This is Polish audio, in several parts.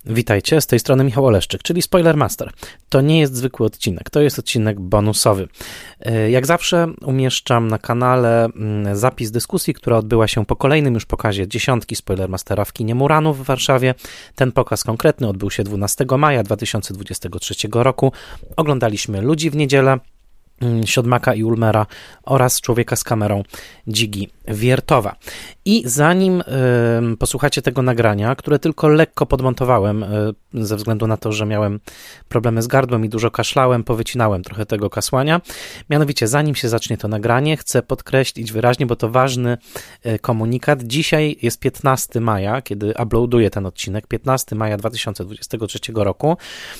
Witajcie, z tej strony Michał Oleszczyk, czyli Spoilermaster. To nie jest zwykły odcinek, to jest odcinek bonusowy. Jak zawsze umieszczam na kanale zapis dyskusji, która odbyła się po kolejnym już pokazie 10 Spoilermastera w kinie Muranów w Warszawie. Ten pokaz konkretny odbył się 12 maja 2023 roku. Oglądaliśmy Ludzi w niedzielę, Siodmaka i Ulmera oraz Człowieka z kamerą Dzigi Wiertowa. I zanim posłuchacie tego nagrania, które tylko lekko podmontowałem ze względu na to, że miałem problemy z gardłem i dużo kaszlałem, powycinałem trochę tego kasłania. Mianowicie, zanim się zacznie to nagranie, chcę podkreślić wyraźnie, bo to ważny komunikat. Dzisiaj jest 15 maja, kiedy uploaduję ten odcinek, 15 maja 2023 roku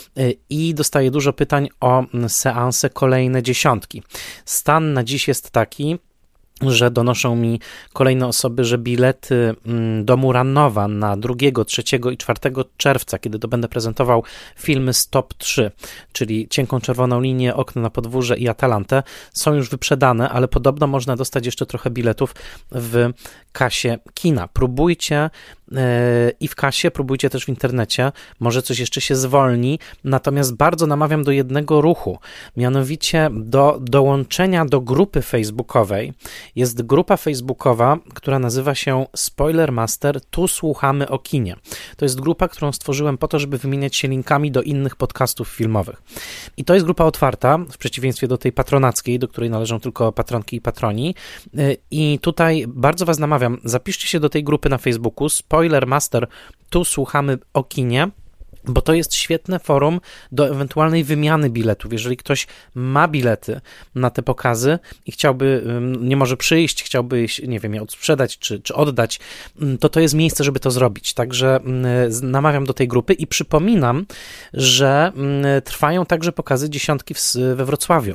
i dostaję dużo pytań o seanse kolejne dziesiątki. Stan na dziś jest taki, że donoszą mi kolejne osoby, że bilety do Muranowa na 2, 3 i 4 czerwca, kiedy to będę prezentował filmy z top 3, czyli Cienką czerwoną linię, Okno na podwórze i Atalantę, są już wyprzedane, ale podobno można dostać jeszcze trochę biletów w kasie kina. Próbujcie i w kasie, próbujcie też w internecie, może coś jeszcze się zwolni, natomiast bardzo namawiam do jednego ruchu, mianowicie do dołączenia do grupy facebookowej. Jest grupa facebookowa, która nazywa się Spoilermaster, tu słuchamy o kinie. To jest grupa, którą stworzyłem po to, żeby wymieniać się linkami do innych podcastów filmowych. I to jest grupa otwarta, w przeciwieństwie do tej patronackiej, do której należą tylko patronki i patroni. I tutaj bardzo was namawiam, zapiszcie się do tej grupy na Facebooku, Spoilermaster, tu słuchamy o kinie, bo to jest świetne forum do ewentualnej wymiany biletów. Jeżeli ktoś ma bilety na te pokazy i chciałby, nie może przyjść, chciałby, nie wiem, je odsprzedać czy oddać, to jest miejsce, żeby to zrobić. Także namawiam do tej grupy i przypominam, że trwają także pokazy dziesiątki we Wrocławiu.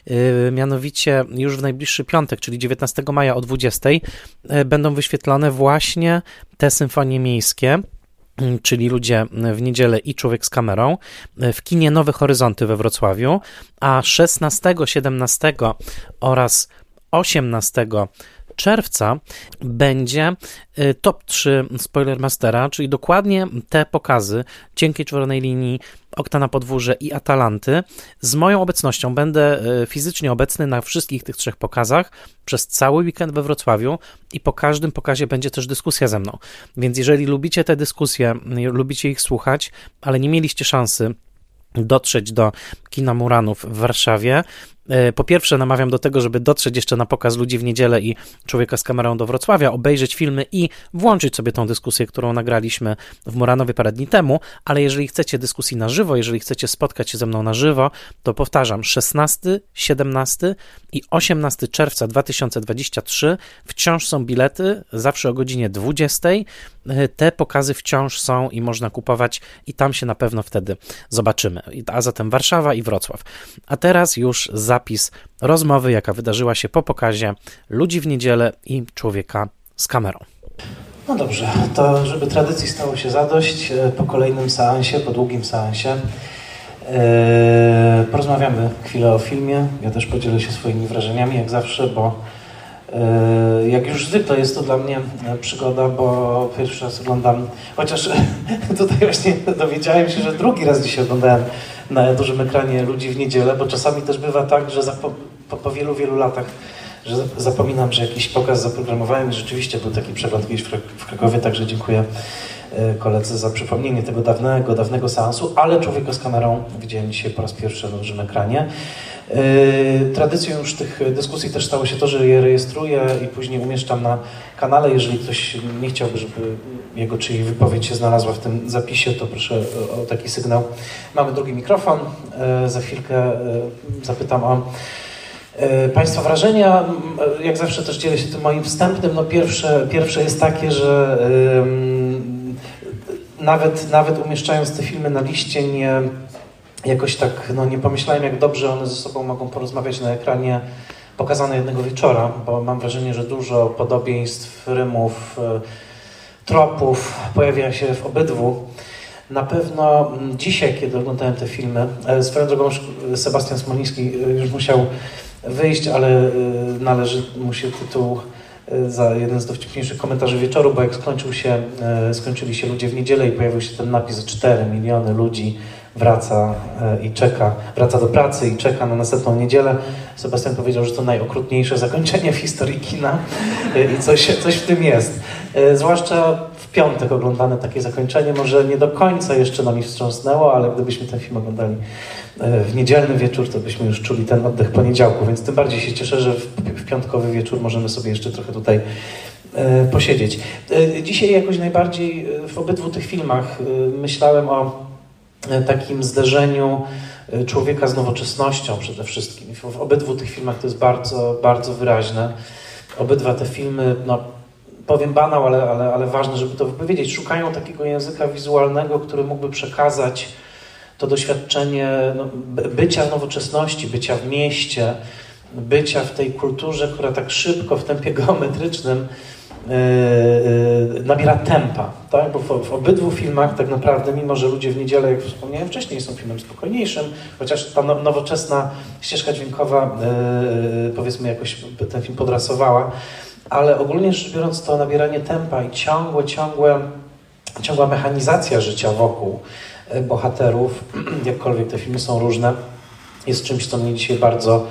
Mianowicie już w najbliższy piątek, czyli 19 maja o 20, będą wyświetlone właśnie te symfonie miejskie, czyli Ludzie w niedzielę i Człowiek z kamerą, w kinie Nowe Horyzonty we Wrocławiu, a 16, 17 oraz 18 czerwca będzie top 3 Spoilermastera, czyli dokładnie te pokazy Cienkiej czerwonej linii, Okna na podwórze i Atalanty. Z moją obecnością będę fizycznie obecny na wszystkich tych 3 pokazach przez cały weekend we Wrocławiu i po każdym pokazie będzie też dyskusja ze mną. Więc jeżeli lubicie te dyskusje, lubicie ich słuchać, ale nie mieliście szansy dotrzeć do kina Muranów w Warszawie, po pierwsze namawiam do tego, żeby dotrzeć jeszcze na pokaz Ludzi w niedzielę i Człowieka z kamerą do Wrocławia, obejrzeć filmy i włączyć sobie tą dyskusję, którą nagraliśmy w Muranowie parę dni temu, ale jeżeli chcecie dyskusji na żywo, jeżeli chcecie spotkać się ze mną na żywo, to powtarzam, 16, 17 i 18 czerwca 2023 wciąż są bilety, zawsze o godzinie 20. Te pokazy wciąż są i można kupować i tam się na pewno wtedy zobaczymy. A zatem Warszawa i Wrocław. A teraz już zapis rozmowy, jaka wydarzyła się po pokazie Ludzi w niedzielę i Człowieka z kamerą. No dobrze, to żeby tradycji stało się zadość, po kolejnym seansie, po długim seansie porozmawiamy chwilę o filmie. Ja też podzielę się swoimi wrażeniami, jak zawsze, bo jak już zwykle jest to dla mnie przygoda, bo pierwszy raz oglądam, chociaż tutaj właśnie dowiedziałem się, że drugi raz dzisiaj oglądałem na dużym ekranie Ludzi w niedzielę, bo czasami też bywa tak, że po wielu, wielu latach, że zapominam, że jakiś pokaz zaprogramowałem i rzeczywiście był taki przegląd kiedyś w Krakowie, także dziękuję koledze za przypomnienie tego dawnego seansu, ale Człowieka z kamerą widziałem dzisiaj po raz pierwszy na dużym ekranie. Tradycją już tych dyskusji też stało się to, że je rejestruję i później umieszczam na kanale. Jeżeli ktoś nie chciałby, żeby jego czy jej wypowiedź się znalazła w tym zapisie, to proszę o taki sygnał. Mamy drugi mikrofon. Za chwilkę zapytam o Państwa wrażenia. Jak zawsze też dzielę się tym moim wstępnym. No pierwsze jest takie, że nawet umieszczając te filmy na liście jakoś tak nie pomyślałem, jak dobrze one ze sobą mogą porozmawiać na ekranie pokazane jednego wieczora, bo mam wrażenie, że dużo podobieństw, rymów, tropów pojawia się w obydwu. Na pewno dzisiaj, kiedy oglądałem te filmy, swoją drogą Sebastian Smoliński już musiał wyjść, ale należy mu się tytuł za jeden z dowcipniejszych komentarzy wieczoru, bo jak skończyli się ludzie w niedzielę i pojawił się ten napis, że 4 miliony ludzi wraca do pracy i czeka na następną niedzielę. Sebastian powiedział, że to najokrutniejsze zakończenie w historii kina i coś w tym jest. Zwłaszcza w piątek oglądane takie zakończenie może nie do końca jeszcze nami wstrząsnęło, ale gdybyśmy ten film oglądali w niedzielny wieczór, to byśmy już czuli ten oddech poniedziałku, więc tym bardziej się cieszę, że w piątkowy wieczór możemy sobie jeszcze trochę tutaj posiedzieć. Dzisiaj jakoś najbardziej w obydwu tych filmach myślałem o takim zderzeniu człowieka z nowoczesnością przede wszystkim. W obydwu tych filmach to jest bardzo, bardzo wyraźne. Obydwa te filmy, no powiem banał, ale ważne, żeby to wypowiedzieć, szukają takiego języka wizualnego, który mógłby przekazać to doświadczenie bycia w nowoczesności, bycia w mieście, bycia w tej kulturze, która tak szybko w tempie geometrycznym nabiera tempa, tak? Bo w obydwu filmach tak naprawdę, mimo że Ludzie w niedzielę, jak wspomniałem wcześniej, są filmem spokojniejszym, chociaż ta nowoczesna ścieżka dźwiękowa powiedzmy jakoś ten film podrasowała, ale ogólnie rzecz biorąc to nabieranie tempa i ciągła mechanizacja życia wokół bohaterów, jakkolwiek te filmy są różne, jest czymś, co mnie dzisiaj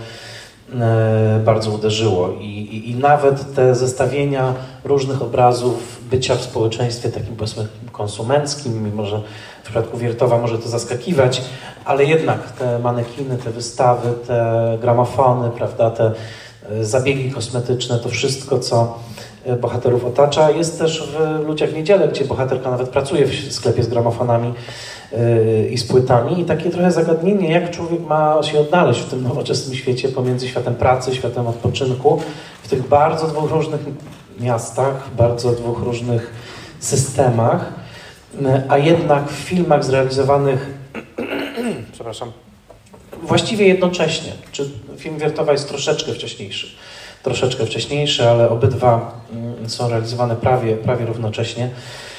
bardzo uderzyło i nawet te zestawienia różnych obrazów bycia w społeczeństwie takim powiedzmy konsumenckim, mimo że w przypadku Wiertowa może to zaskakiwać, ale jednak te manekiny, te wystawy, te gramofony, prawda, te zabiegi kosmetyczne, to wszystko, co bohaterów otacza, jest też w Ludziach w niedzielę, gdzie bohaterka nawet pracuje w sklepie z gramofonami i z płytami i takie trochę zagadnienie, jak człowiek ma się odnaleźć w tym nowoczesnym świecie pomiędzy światem pracy, światem odpoczynku, w tych bardzo dwóch różnych miastach, bardzo dwóch różnych systemach, a jednak w filmach zrealizowanych przepraszam, właściwie jednocześnie. Czy film Wiertowa jest troszeczkę wcześniejszy, ale obydwa są realizowane prawie równocześnie.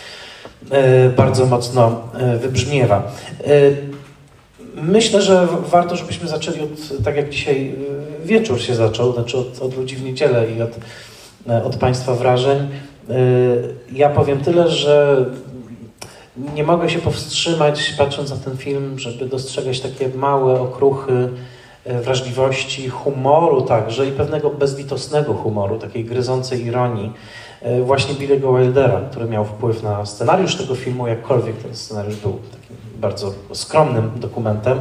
Bardzo mocno wybrzmiewa. Myślę, że warto, żebyśmy zaczęli tak jak dzisiaj wieczór się zaczął, znaczy od Ludzi w niedzielę i od Państwa wrażeń. Ja powiem tyle, że nie mogę się powstrzymać, patrząc na ten film, żeby dostrzegać takie małe okruchy wrażliwości, humoru także i pewnego bezlitosnego humoru, takiej gryzącej ironii właśnie Billy'ego Wildera, który miał wpływ na scenariusz tego filmu, jakkolwiek ten scenariusz był takim bardzo skromnym dokumentem,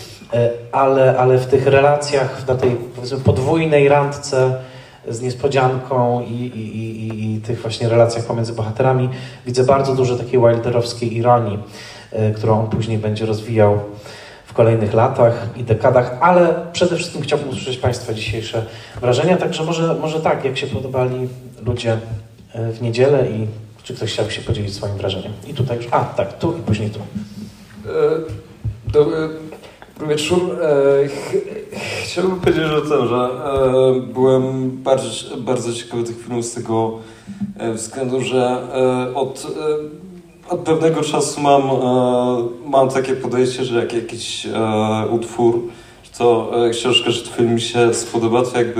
ale w tych relacjach, na tej powiedzmy podwójnej randce z niespodzianką i tych właśnie relacjach pomiędzy bohaterami widzę bardzo dużo takiej wilderowskiej ironii, którą on później będzie rozwijał w kolejnych latach i dekadach, ale przede wszystkim chciałbym usłyszeć Państwa dzisiejsze wrażenia, także może tak, jak się podobali Ludzie w niedzielę i czy ktoś chciałby się podzielić swoim wrażeniem. I tutaj już, tak, tu i później tu. Dobry wieczór. Chciałbym powiedzieć, że byłem bardzo ciekawy tych filmów z tego względu, że od pewnego czasu mam takie podejście, że jak jakiś utwór, czy to książka, czy to film mi się spodoba, to jakby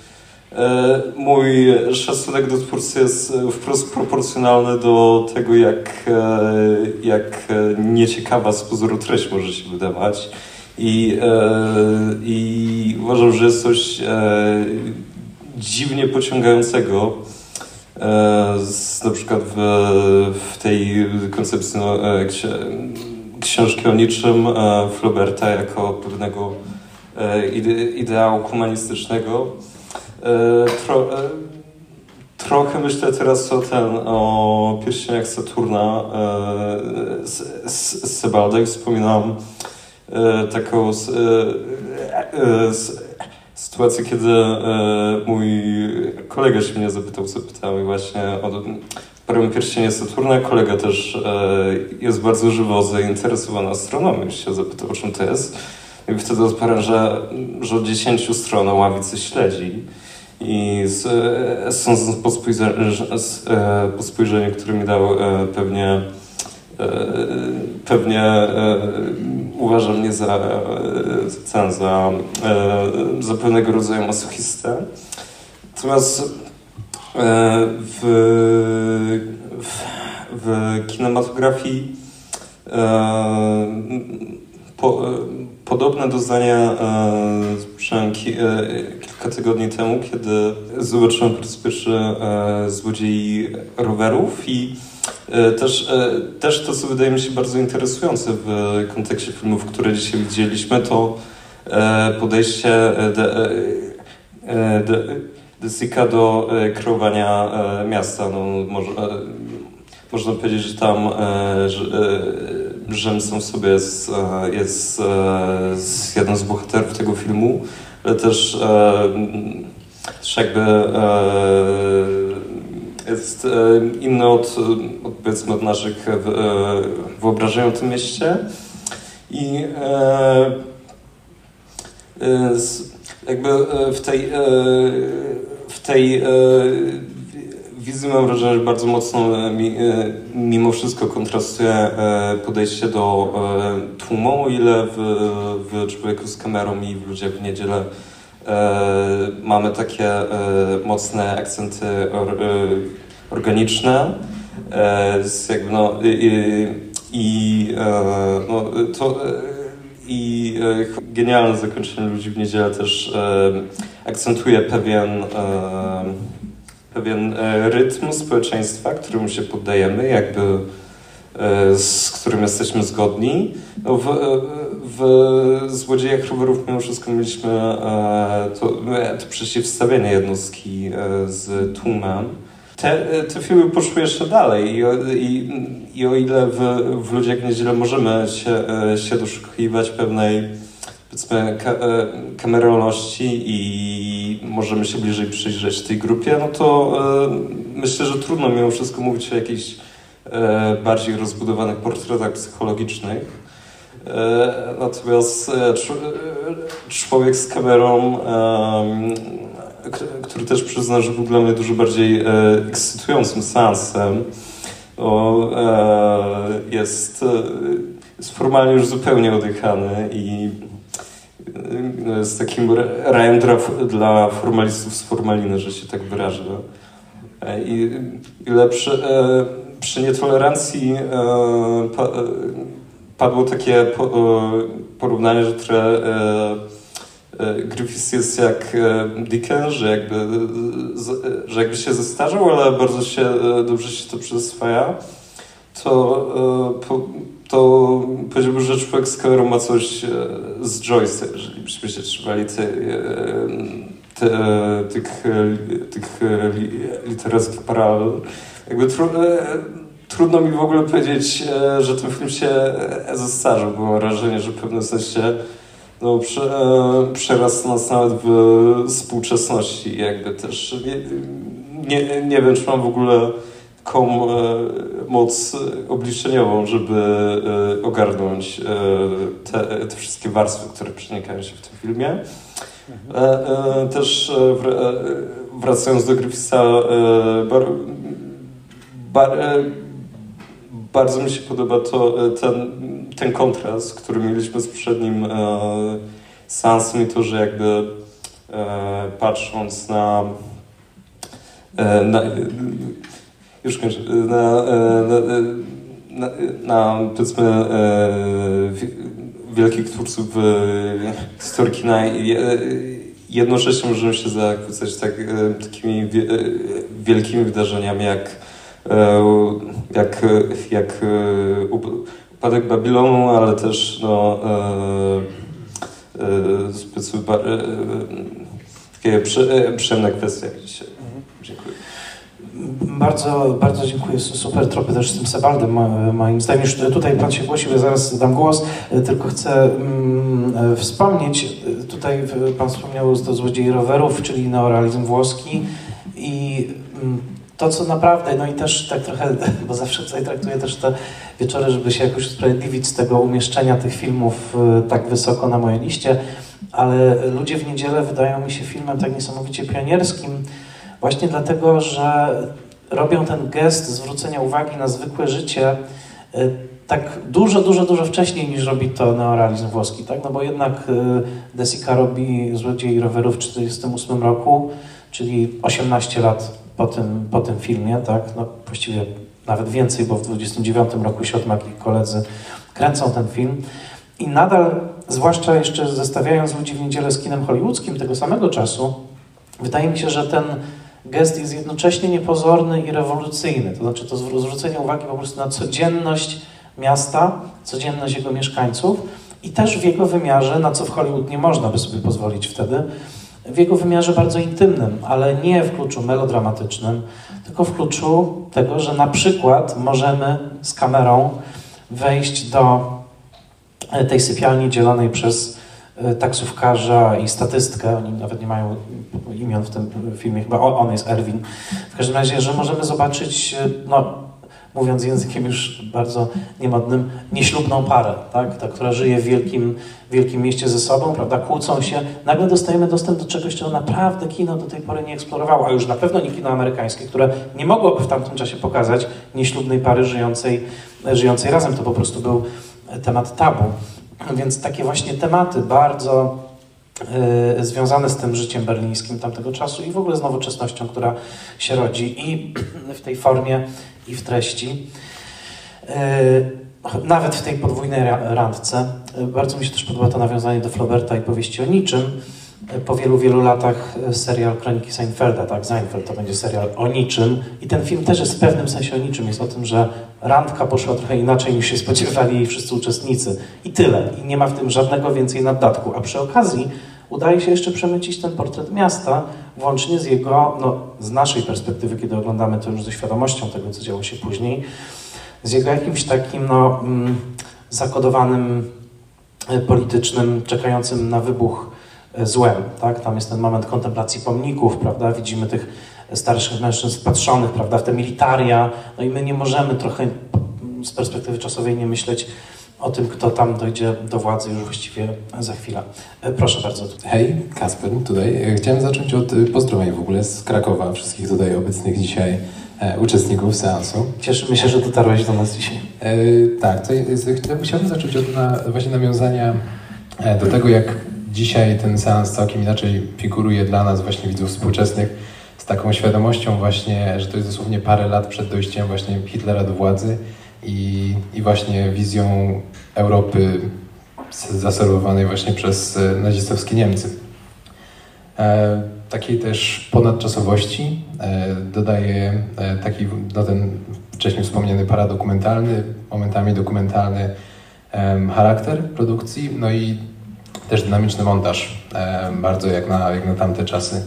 mój szacunek do twórcy jest wprost proporcjonalny do tego, jak nieciekawa z pozoru treść może się wydawać. I uważam, że jest coś dziwnie pociągającego na przykład w tej koncepcji książki o niczym Flauberta jako pewnego ideału humanistycznego. Trochę myślę teraz o pierścieniach Saturna z Sebalda i wspominam taką sytuację, kiedy mój kolega się mnie zapytał i właśnie o Parę pierścienie Saturna. Kolega też jest bardzo żywo zainteresowany astronomią, się zapytał, o czym to jest. I wtedy odparłem, że od 10 stron na ławicy śledzi. I sądząc po spojrzeniu, które mi dał, pewnie uważa mnie za pewnego rodzaju masochistę. Natomiast w kinematografii podobne doznania słyszałem kilka tygodni temu, kiedy zobaczyłem po raz pierwszy Złodziei rowerów i też to, co wydaje mi się bardzo interesujące w kontekście filmów, które dzisiaj widzieliśmy, to podejście Desika do kreowania miasta. No, można powiedzieć, że tam Rzym w sobie jest jednym z bohaterów tego filmu, ale też jakby jest inny powiedzmy od naszych wyobrażeń o tym mieście i jakby w tej wizji mam wrażenie, że bardzo mocno mimo wszystko kontrastuje podejście do tłumu, o ile w Człowieku z kamerą i w Ludziach w niedzielę mamy takie mocne akcenty organiczne, jakby genialne zakończenie Ludzi w niedzielę też akcentuje pewien rytm społeczeństwa, któremu się poddajemy, jakby z którym jesteśmy zgodni. No w Złodziejach rowerów mimo wszystko mieliśmy to przeciwstawienie jednostki z tłumem. Te filmy poszły jeszcze dalej i o ile w Ludziach w niedzielę możemy się doszukiwać pewnej, powiedzmy, kameralności i możemy się bliżej przyjrzeć tej grupie, no to myślę, że trudno mimo wszystko mówić o jakichś bardziej rozbudowanych portretach psychologicznych. Natomiast Człowiek z kamerą, który też przyzna, że był dla mnie dużo bardziej ekscytującym seansem, jest formalnie już zupełnie odjechany i jest takim rajem dla formalistów z formaliny, że się tak wyrażę. I ile przy nietolerancji padło takie porównanie, że Griffiths jest jak Dickens, że jakby się zestarzał, ale bardzo dobrze się to przyswaja, to powiedziałbym, że Człowiek z kamerą ma coś z Joyce'a, jeżeli byśmy się trzymali tych literackich paralel. Jakby trudno mi w ogóle powiedzieć, że ten film się zestarzał, bo mam wrażenie, że w pewnym sensie przerasta nas nawet w współczesności. Jakby też nie wiem, czy mam w ogóle taką moc obliczeniową, żeby ogarnąć te wszystkie warstwy, które przenikają się w tym filmie. Też wracając do Griffitha, bardzo mi się podoba ten kontrast, który mieliśmy z poprzednim seansem i to, że jakby patrząc już kończę, na powiedzmy wielkich twórców historii kina jednocześnie możemy się zachwycać takimi wielkimi wydarzeniami jak upadek Babilonu, ale też takie przyjemne kwestie jak dzisiaj. Dziękuję. Bardzo, bardzo dziękuję. Super tropy też z tym Sebaldem, moim zdaniem. Już tutaj pan się głosił, ja zaraz dam głos, tylko chcę wspomnieć, tutaj pan wspomniał o Złodziei rowerów, czyli neorealizm włoski i to, co naprawdę, no i też tak trochę, bo zawsze tutaj traktuję też te wieczory, żeby się jakoś usprawiedliwić z tego umieszczenia tych filmów tak wysoko na mojej liście, ale Ludzie w niedzielę wydają mi się filmem tak niesamowicie pionierskim, właśnie dlatego, że robią ten gest zwrócenia uwagi na zwykłe życie tak dużo wcześniej niż robi to neorealizm włoski, tak? No bo jednak De Sica robi Złodziei rowerów w 1948 roku, czyli 18 lat po tym filmie, tak? No, właściwie nawet więcej, bo w 29 roku Siodmak i koledzy kręcą ten film i nadal, zwłaszcza jeszcze zestawiając Ludzi w niedzielę z kinem hollywoodzkim tego samego czasu, wydaje mi się, że ten gest jest jednocześnie niepozorny i rewolucyjny. To znaczy to zwrócenie uwagi po prostu na codzienność miasta, codzienność jego mieszkańców i też w jego wymiarze, na co w Hollywood nie można by sobie pozwolić wtedy, w jego wymiarze bardzo intymnym, ale nie w kluczu melodramatycznym, tylko w kluczu tego, że na przykład możemy z kamerą wejść do tej sypialni dzielonej przez taksówkarza i statystkę, oni nawet nie mają imion w tym filmie, chyba on jest Erwin. W każdym razie, że możemy zobaczyć, no, mówiąc językiem już bardzo niemodnym, nieślubną parę, tak? Ta, która żyje w wielkim mieście ze sobą, prawda? Kłócą się. Nagle dostajemy dostęp do czegoś, czego naprawdę kino do tej pory nie eksplorowało, a już na pewno nie kino amerykańskie, które nie mogłoby w tamtym czasie pokazać nieślubnej pary żyjącej razem. To po prostu był temat tabu. Więc takie właśnie tematy bardzo związane z tym życiem berlińskim tamtego czasu i w ogóle z nowoczesnością, która się rodzi i w tej formie, i w treści. Nawet w tej podwójnej randce. Bardzo mi się też podoba to nawiązanie do Flauberta i powieści o niczym. Po wielu latach serial Kroniki Seinfelda, tak? Seinfeld to będzie serial o niczym i ten film też jest w pewnym sensie o niczym. Jest o tym, że randka poszła trochę inaczej niż się spodziewali jej wszyscy uczestnicy. I tyle. I nie ma w tym żadnego więcej naddatku. A przy okazji udaje się jeszcze przemycić ten portret miasta, włącznie z jego, no z naszej perspektywy, kiedy oglądamy to już ze świadomością tego, co działo się później, z jego jakimś takim, no, zakodowanym, politycznym, czekającym na wybuch złem, tak? Tam jest ten moment kontemplacji pomników, prawda? Widzimy tych starszych mężczyzn wpatrzonych, prawda, w te militaria, no i my nie możemy trochę z perspektywy czasowej nie myśleć o tym, kto tam dojdzie do władzy już właściwie za chwilę. Proszę bardzo. Hej, Kasper tutaj. Chciałem zacząć od pozdrowień w ogóle z Krakowa, wszystkich tutaj obecnych dzisiaj uczestników seansu. Cieszymy się, że dotarłeś do nas dzisiaj. Tak, chciałbym zacząć od właśnie nawiązania do tego, jak dzisiaj ten seans całkiem inaczej figuruje dla nas, właśnie widzów współczesnych, z taką świadomością właśnie, że to jest dosłownie parę lat przed dojściem właśnie Hitlera do władzy i właśnie wizją Europy zaserwowanej właśnie przez nazistowskie Niemcy. Takiej też ponadczasowości dodaje taki, no ten wcześniej wspomniany paradokumentalny, momentami dokumentalny charakter produkcji, no i też dynamiczny montaż, bardzo jak na tamte czasy.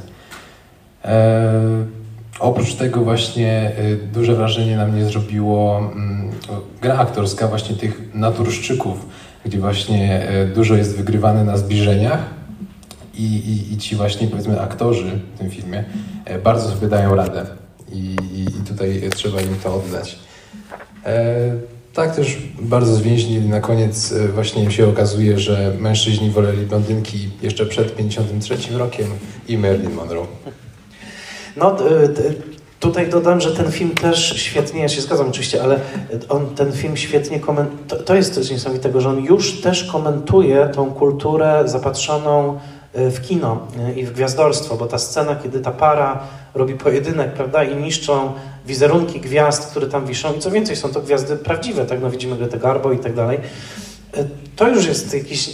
Oprócz tego właśnie duże wrażenie na mnie zrobiło gra aktorska właśnie tych naturszczyków, gdzie właśnie dużo jest wygrywane na zbliżeniach i ci właśnie, powiedzmy, aktorzy w tym filmie bardzo sobie dają radę i tutaj trzeba im to oddać. Tak też bardzo zwięźli na koniec właśnie się okazuje, że mężczyźni woleli blondynki jeszcze przed 53 rokiem i Marilyn Monroe. No, tutaj dodam, że ten film też świetnie, ja się zgadzam oczywiście, ale ten film świetnie komentuje, to jest coś niesamowitego, że on już też komentuje tą kulturę zapatrzoną w kino i w gwiazdorstwo, bo ta scena, kiedy ta para robi pojedynek, prawda, i niszczą wizerunki gwiazd, które tam wiszą i co więcej, są to gwiazdy prawdziwe, tak, no widzimy Gretę Garbo i tak dalej, to już jest jakiś...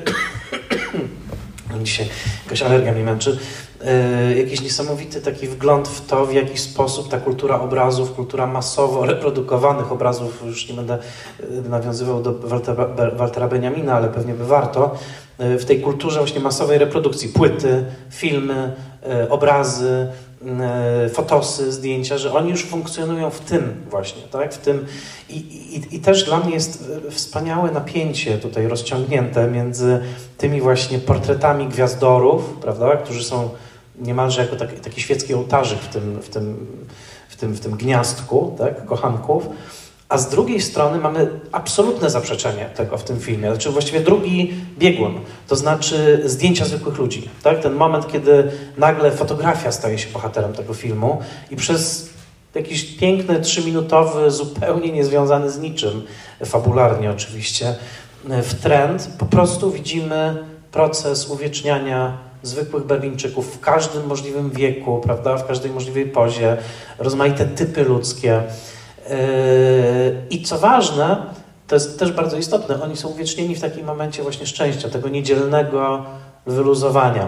Dzisiaj jakaś alergia mnie męczy. Jakiś niesamowity taki wgląd w to, w jaki sposób ta kultura obrazów, kultura masowo reprodukowanych obrazów, już nie będę nawiązywał do Waltera Benjamina, ale pewnie by warto, w tej kulturze właśnie masowej reprodukcji, płyty, filmy, obrazy, fotosy, zdjęcia, że oni już funkcjonują w tym właśnie, tak? W tym i też dla mnie jest wspaniałe napięcie tutaj rozciągnięte między tymi właśnie portretami gwiazdorów, prawda? Którzy są niemalże jako taki świecki ołtarzyk w tym gniazdku, tak? Kochanków, a z drugiej strony mamy absolutne zaprzeczenie tego w tym filmie, znaczy właściwie drugi biegun, to znaczy zdjęcia zwykłych ludzi. Tak? Ten moment, kiedy nagle fotografia staje się bohaterem tego filmu i przez jakiś piękny, 3-minutowy, zupełnie niezwiązany z niczym, fabularnie oczywiście, w trend, po prostu widzimy proces uwieczniania zwykłych Berlińczyków w każdym możliwym wieku, prawda, w każdej możliwej pozie, rozmaite typy ludzkie. I co ważne, to jest też bardzo istotne, oni są uwiecznieni w takim momencie właśnie szczęścia, tego niedzielnego wyluzowania.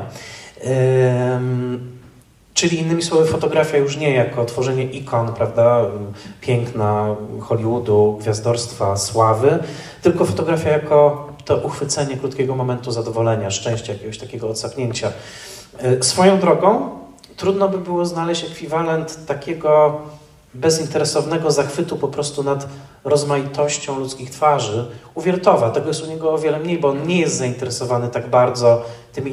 Czyli innymi słowy fotografia już nie jako tworzenie ikon, prawda, piękna Hollywoodu, gwiazdorstwa, sławy, tylko fotografia jako to uchwycenie krótkiego momentu zadowolenia, szczęścia, jakiegoś takiego odsapnięcia. Swoją drogą trudno by było znaleźć ekwiwalent takiego bezinteresownego zachwytu po prostu nad rozmaitością ludzkich twarzy u Wiertowa. Tego jest u niego o wiele mniej, bo on nie jest zainteresowany tak bardzo tymi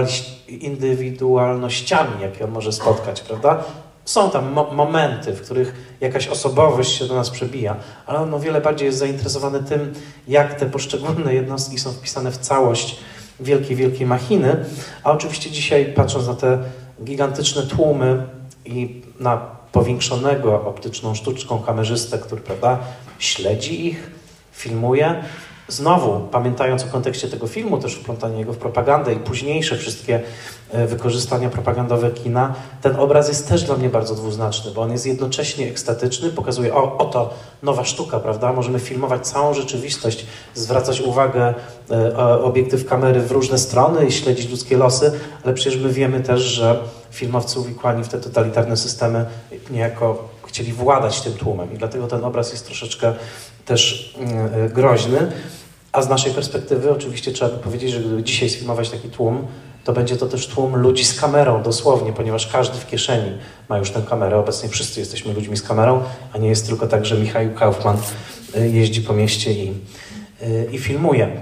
indywidualnościami, jakie on może spotkać, prawda? Są tam momenty, w których jakaś osobowość się do nas przebija, ale on o wiele bardziej jest zainteresowany tym, jak te poszczególne jednostki są wpisane w całość wielkiej machiny, a oczywiście dzisiaj, patrząc na te gigantyczne tłumy i na powiększonego optyczną sztuczką kamerzystę, który, prawda, śledzi ich, filmuje. Znowu, pamiętając o kontekście tego filmu, też wplątanie jego w propagandę i późniejsze wszystkie wykorzystania propagandowe kina, ten obraz jest też dla mnie bardzo dwuznaczny, bo on jest jednocześnie ekstatyczny, pokazuje, oto nowa sztuka, prawda, możemy filmować całą rzeczywistość, zwracać uwagę obiektyw kamery w różne strony i śledzić ludzkie losy, ale przecież my wiemy też, że filmowcy uwikłani w te totalitarne systemy niejako chcieli władać tym tłumem i dlatego ten obraz jest troszeczkę też groźny, a z naszej perspektywy oczywiście trzeba by powiedzieć, że gdyby dzisiaj sfilmować taki tłum, to będzie to też tłum ludzi z kamerą, dosłownie, ponieważ każdy w kieszeni ma już tę kamerę. Obecnie wszyscy jesteśmy ludźmi z kamerą, a nie jest tylko tak, że Michał Kaufman jeździ po mieście i filmuje.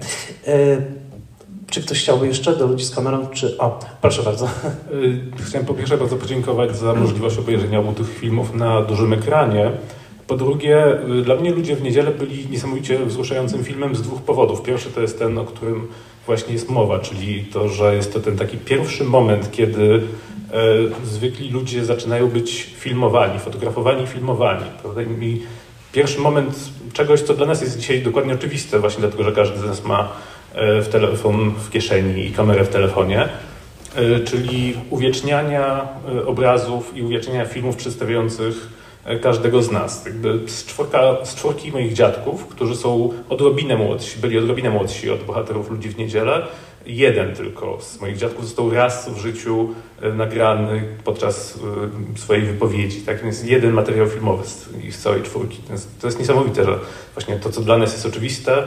Czy ktoś chciałby jeszcze do ludzi z kamerą? Proszę bardzo. Chciałem po pierwsze bardzo podziękować za możliwość obejrzenia obu tych filmów na dużym ekranie. Po drugie, dla mnie Ludzie w niedzielę byli niesamowicie wzruszającym filmem z dwóch powodów. Pierwszy to jest ten, o którym właśnie jest mowa, czyli to, że jest to ten taki pierwszy moment, kiedy zwykli ludzie zaczynają być filmowani, fotografowani, filmowani. Prawda? I pierwszy moment czegoś, co dla nas jest dzisiaj dokładnie oczywiste, właśnie dlatego, że każdy z nas ma telefon w kieszeni i kamerę w telefonie, czyli uwieczniania obrazów i uwieczniania filmów przedstawiających każdego z nas. Jakby z czwórki moich dziadków, którzy są byli odrobinę młodsi od bohaterów Ludzi w niedzielę, jeden tylko z moich dziadków został raz w życiu nagrany podczas swojej wypowiedzi. Tak? Więc jeden materiał filmowy z całej czwórki. To jest niesamowite, że właśnie to, co dla nas jest oczywiste,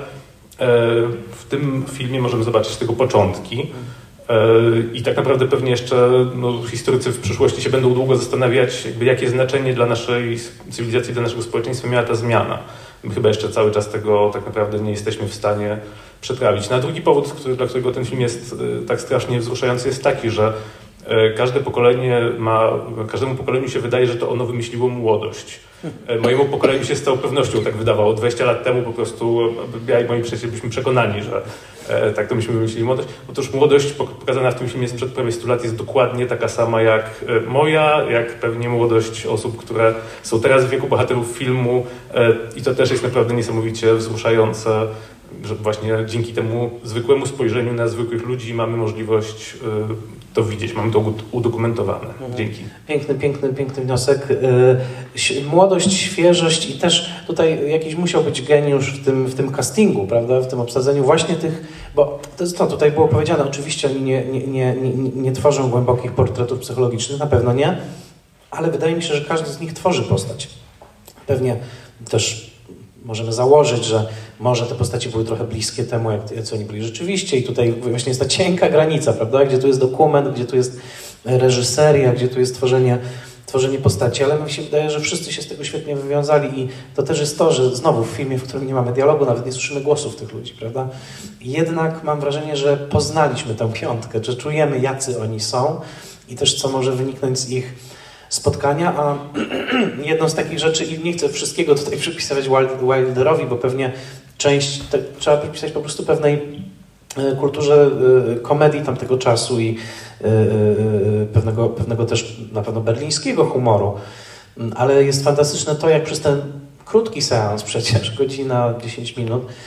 w tym filmie możemy zobaczyć tego początki. I tak naprawdę pewnie jeszcze historycy w przyszłości się będą długo zastanawiać, jakie znaczenie dla naszej cywilizacji, dla naszego społeczeństwa miała ta zmiana. My chyba jeszcze cały czas tego tak naprawdę nie jesteśmy w stanie przetrawić. A drugi powód, dla którego ten film jest tak strasznie wzruszający, jest taki, że każdemu pokoleniu się wydaje, że to ono wymyśliło młodość. Mojemu pokoleniu się z całą pewnością tak wydawało. 20 lat temu po prostu ja i moi przyjaciele byliśmy przekonani, że tak to myśmy wymyślili młodość. Otóż młodość pokazana w tym filmie sprzed prawie 100 lat jest dokładnie taka sama jak moja, jak pewnie młodość osób, które są teraz w wieku bohaterów filmu i to też jest naprawdę niesamowicie wzruszające, że właśnie dzięki temu zwykłemu spojrzeniu na zwykłych ludzi mamy możliwość to widzieć, mamy to udokumentowane. Dzięki. Piękny wniosek. Młodość, świeżość i też tutaj jakiś musiał być geniusz w tym castingu, prawda, w tym obsadzeniu właśnie tych, bo to jest to, tutaj było powiedziane, oczywiście oni nie tworzą głębokich portretów psychologicznych, na pewno nie, ale wydaje mi się, że każdy z nich tworzy postać. Pewnie też możemy założyć, że może te postaci były trochę bliskie temu, jak oni byli rzeczywiście i tutaj właśnie jest ta cienka granica, prawda, gdzie tu jest dokument, gdzie tu jest reżyseria, gdzie tu jest tworzenie postaci, ale mi się wydaje, że wszyscy się z tego świetnie wywiązali i to też jest to, że znowu w filmie, w którym nie mamy dialogu, nawet nie słyszymy głosów tych ludzi, prawda, jednak mam wrażenie, że poznaliśmy tę piątkę, że czujemy, jacy oni są i też co może wyniknąć z ich spotkania, a jedną z takich rzeczy, i nie chcę wszystkiego tutaj przypisywać Wilderowi, bo pewnie część trzeba przypisać po prostu pewnej kulturze komedii tamtego czasu i pewnego też na pewno berlińskiego humoru, ale jest fantastyczne to, jak przez ten krótki seans, przecież godzina, 10 minut,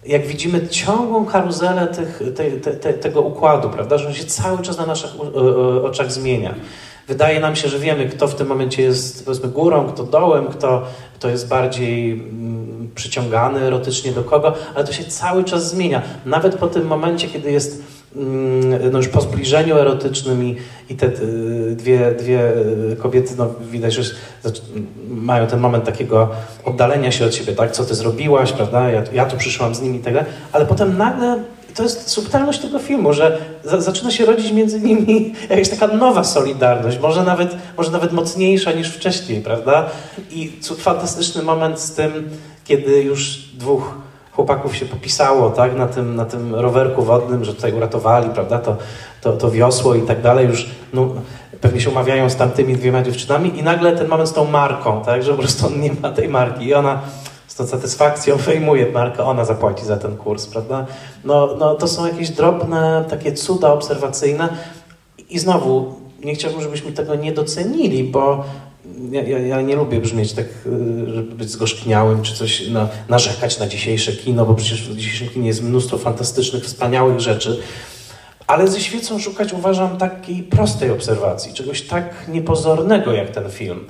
jak widzimy ciągłą karuzelę tego układu, prawda, że on się cały czas na naszych oczach zmienia. Wydaje nam się, że wiemy, kto w tym momencie jest, powiedzmy, górą, kto dołem, kto jest bardziej przyciągany erotycznie do kogo, ale to się cały czas zmienia. Nawet po tym momencie, kiedy jest no już po zbliżeniu erotycznym i te dwie kobiety, no widać, że mają ten moment takiego oddalenia się od siebie, tak? Co ty zrobiłaś, prawda? Ja tu przyszłam z nimi i tak dalej, ale potem nagle to jest subtelność tego filmu, że zaczyna się rodzić między nimi jakaś taka nowa solidarność, może nawet mocniejsza niż wcześniej, prawda? I fantastyczny moment z tym, kiedy już dwóch chłopaków się popisało, tak, na tym rowerku wodnym, że tutaj uratowali, prawda, to wiosło i tak dalej, już no, pewnie się umawiają z tamtymi dwiema dziewczynami i nagle ten moment z tą marką, tak, że po prostu on nie ma tej marki i ona z tą satysfakcją wyjmuje markę, ona zapłaci za ten kurs, prawda. No to są jakieś drobne takie cuda obserwacyjne i znowu nie chciałbym, żebyśmy tego nie docenili, bo ja nie lubię brzmieć tak, żeby być zgorzkniałym, czy coś narzekać na dzisiejsze kino, bo przecież w dzisiejszym kinie jest mnóstwo fantastycznych, wspaniałych rzeczy, ale ze świecą szukać, uważam, takiej prostej obserwacji, czegoś tak niepozornego jak ten film.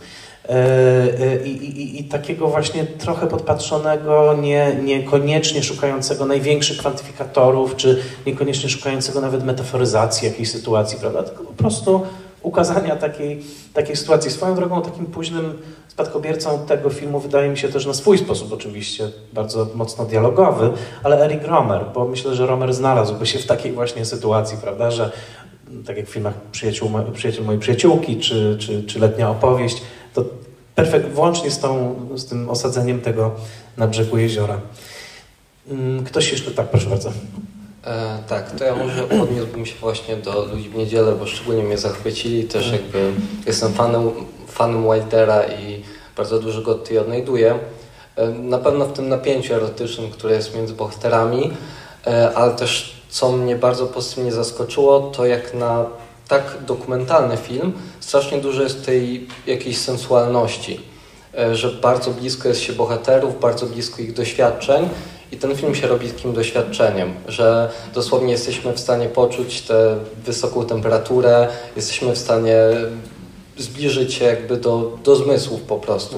I takiego właśnie trochę podpatrzonego, niekoniecznie szukającego największych kwantyfikatorów, czy niekoniecznie szukającego nawet metaforyzacji jakiejś sytuacji, prawda? Tylko po prostu ukazania takiej sytuacji. Swoją drogą takim późnym spadkobiercą tego filmu wydaje mi się też na swój sposób oczywiście, bardzo mocno dialogowy, ale Eric Rohmer, bo myślę, że Rohmer znalazłby się w takiej właśnie sytuacji, prawda, że tak jak w filmach Przyjaciel mojej przyjaciółki, czy Letnia opowieść, to włącznie z tym osadzeniem tego na brzegu jeziora. Ktoś jeszcze? Tak, proszę bardzo. Tak, to ja może odniósłbym się właśnie do Ludzi w niedzielę, bo szczególnie mnie zachwycili. Też jakby jestem fanem Wildera i bardzo dużo go tutaj odnajduję. Na pewno w tym napięciu erotycznym, które jest między bohaterami, ale też co mnie bardzo pozytywnie zaskoczyło, to jak na tak dokumentalny film strasznie dużo jest tej jakiejś sensualności, że bardzo blisko jest się bohaterów, bardzo blisko ich doświadczeń. I ten film się robi takim doświadczeniem, że dosłownie jesteśmy w stanie poczuć tę wysoką temperaturę, jesteśmy w stanie zbliżyć się jakby do zmysłów po prostu.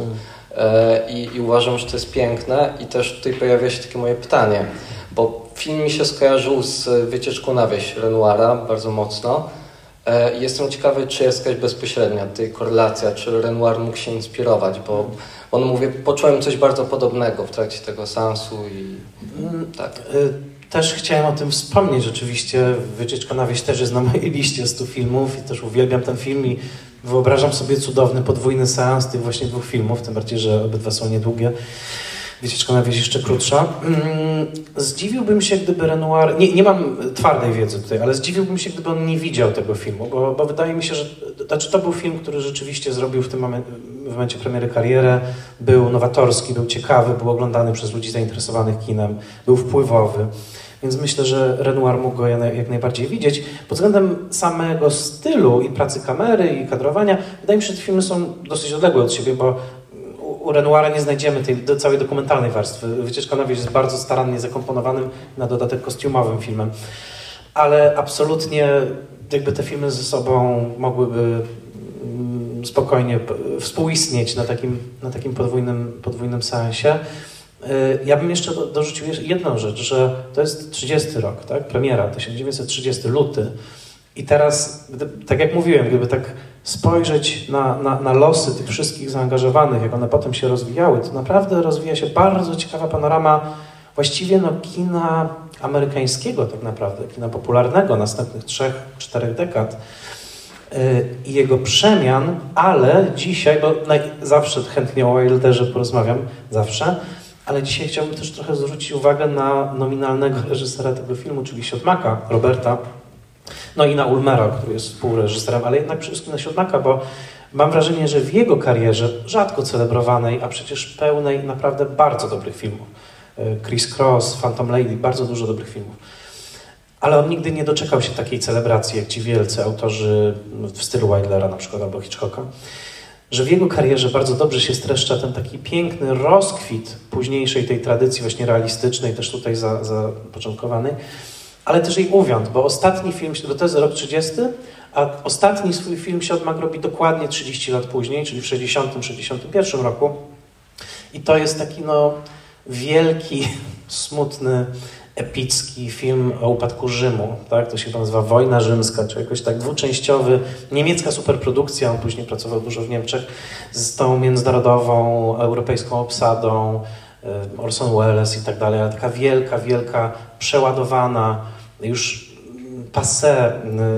I uważam, że to jest piękne i też tutaj pojawia się takie moje pytanie, bo film mi się skojarzył z Wycieczką na wieś Renoira bardzo mocno. Jestem ciekawy, czy jest jakaś bezpośrednia tutaj korelacja, czy Renoir mógł się inspirować, bo on mówi, poczułem coś bardzo podobnego w trakcie tego seansu i tak. Też chciałem o tym wspomnieć rzeczywiście. Wycieczka na wieś też jest na mojej liście 100 filmów i też uwielbiam ten film i wyobrażam sobie cudowny podwójny seans tych właśnie dwóch filmów, tym bardziej, że obydwa są niedługie. Wycieczka na wieś jeszcze krótsza. Zdziwiłbym się, gdyby Renoir... Nie mam twardej wiedzy tutaj, ale zdziwiłbym się, gdyby on nie widział tego filmu, bo wydaje mi się, że to był film, który rzeczywiście zrobił w momencie premiery karierę, był nowatorski, był ciekawy, był oglądany przez ludzi zainteresowanych kinem, był wpływowy. Więc myślę, że Renoir mógł go jak najbardziej widzieć. Pod względem samego stylu i pracy kamery i kadrowania, wydaje mi się, że te filmy są dosyć odległe od siebie, bo u Renoira nie znajdziemy tej całej dokumentalnej warstwy. Wycieczka na wieś jest bardzo starannie zakomponowanym, na dodatek kostiumowym filmem. Ale absolutnie jakby te filmy ze sobą mogłyby spokojnie współistnieć na takim podwójnym seansie. Ja bym jeszcze dorzucił jedną rzecz, że to jest 30 rok, tak? Premiera, 1930, luty. I teraz, tak jak mówiłem, gdyby tak spojrzeć na losy tych wszystkich zaangażowanych, jak one potem się rozwijały, to naprawdę rozwija się bardzo ciekawa panorama właściwie kina amerykańskiego tak naprawdę, kina popularnego następnych 3-4 dekad i jego przemian, ale dzisiaj, bo zawsze chętnie o Wilderze porozmawiam, zawsze, ale dzisiaj chciałbym też trochę zwrócić uwagę na nominalnego reżysera tego filmu, czyli Siodmaka, Roberta, no i na Ulmera, który jest współreżyserem, ale jednak przede wszystkim na Siodmaka, bo mam wrażenie, że w jego karierze, rzadko celebrowanej, a przecież pełnej naprawdę bardzo dobrych filmów, Criss Cross, Phantom Lady, bardzo dużo dobrych filmów, ale on nigdy nie doczekał się takiej celebracji, jak ci wielcy autorzy w stylu Wildera na przykład, albo Hitchcocka. że w jego karierze bardzo dobrze się streszcza ten taki piękny rozkwit późniejszej tej tradycji właśnie realistycznej, też tutaj zapoczątkowanej, ale też jej uwiąd, bo ostatni film, bo to jest rok 30, a ostatni swój film Siodmak robi dokładnie 30 lat później, czyli w 60-61 roku. I to jest taki wielki, smutny, epicki film o upadku Rzymu, tak? To się nazywa Wojna Rzymska, czy jakoś tak dwuczęściowy, niemiecka superprodukcja, on później pracował dużo w Niemczech, z tą międzynarodową, europejską obsadą, Orson Welles i tak dalej, ale taka wielka, wielka, przeładowana, już passé,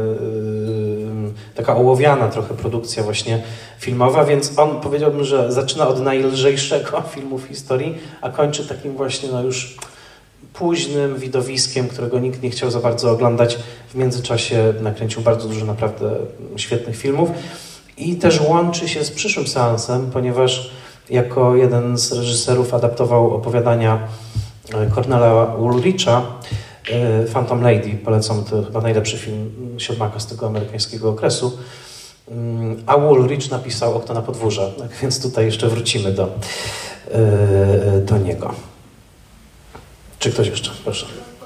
taka ołowiana trochę produkcja właśnie filmowa, więc on powiedziałbym, że zaczyna od najlżejszego filmu w historii, a kończy takim właśnie już późnym widowiskiem, którego nikt nie chciał za bardzo oglądać. W międzyczasie nakręcił bardzo dużo naprawdę świetnych filmów i też łączy się z przyszłym seansem, ponieważ jako jeden z reżyserów adaptował opowiadania Cornela Woolricha, Phantom Lady, polecam, to chyba najlepszy film Siodmaka z tego amerykańskiego okresu, a Woolrich napisał Okno na podwórze, tak więc tutaj jeszcze wrócimy do niego. Czy ktoś jeszcze? Proszę.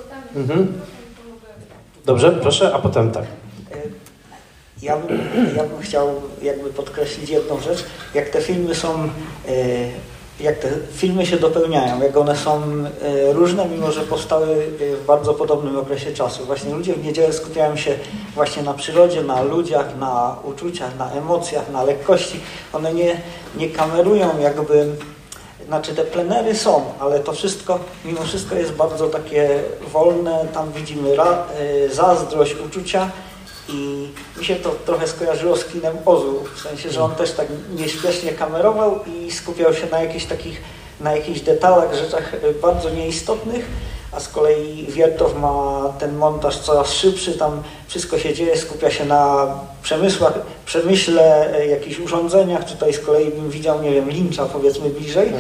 Dobrze, proszę, a potem tak. Ja bym chciał jakby podkreślić jedną rzecz, jak te filmy się dopełniają, jak one są różne, mimo że powstały w bardzo podobnym okresie czasu. Właśnie ludzie w niedzielę skupiają się właśnie na przyrodzie, na ludziach, na uczuciach, na emocjach, na lekkości. One nie kamerują jakby, znaczy te plenery są, ale to wszystko, mimo wszystko jest bardzo takie wolne, tam widzimy zazdrość, uczucia. I mi się to trochę skojarzyło z kinem Ozu, w sensie, że on też tak nieśpiesznie kamerował i skupiał się na jakichś detalach, rzeczach bardzo nieistotnych, a z kolei Wiertow ma ten montaż coraz szybszy, tam wszystko się dzieje, skupia się na przemyśle, jakichś urządzeniach, tutaj z kolei bym widział, nie wiem, Lyncha powiedzmy bliżej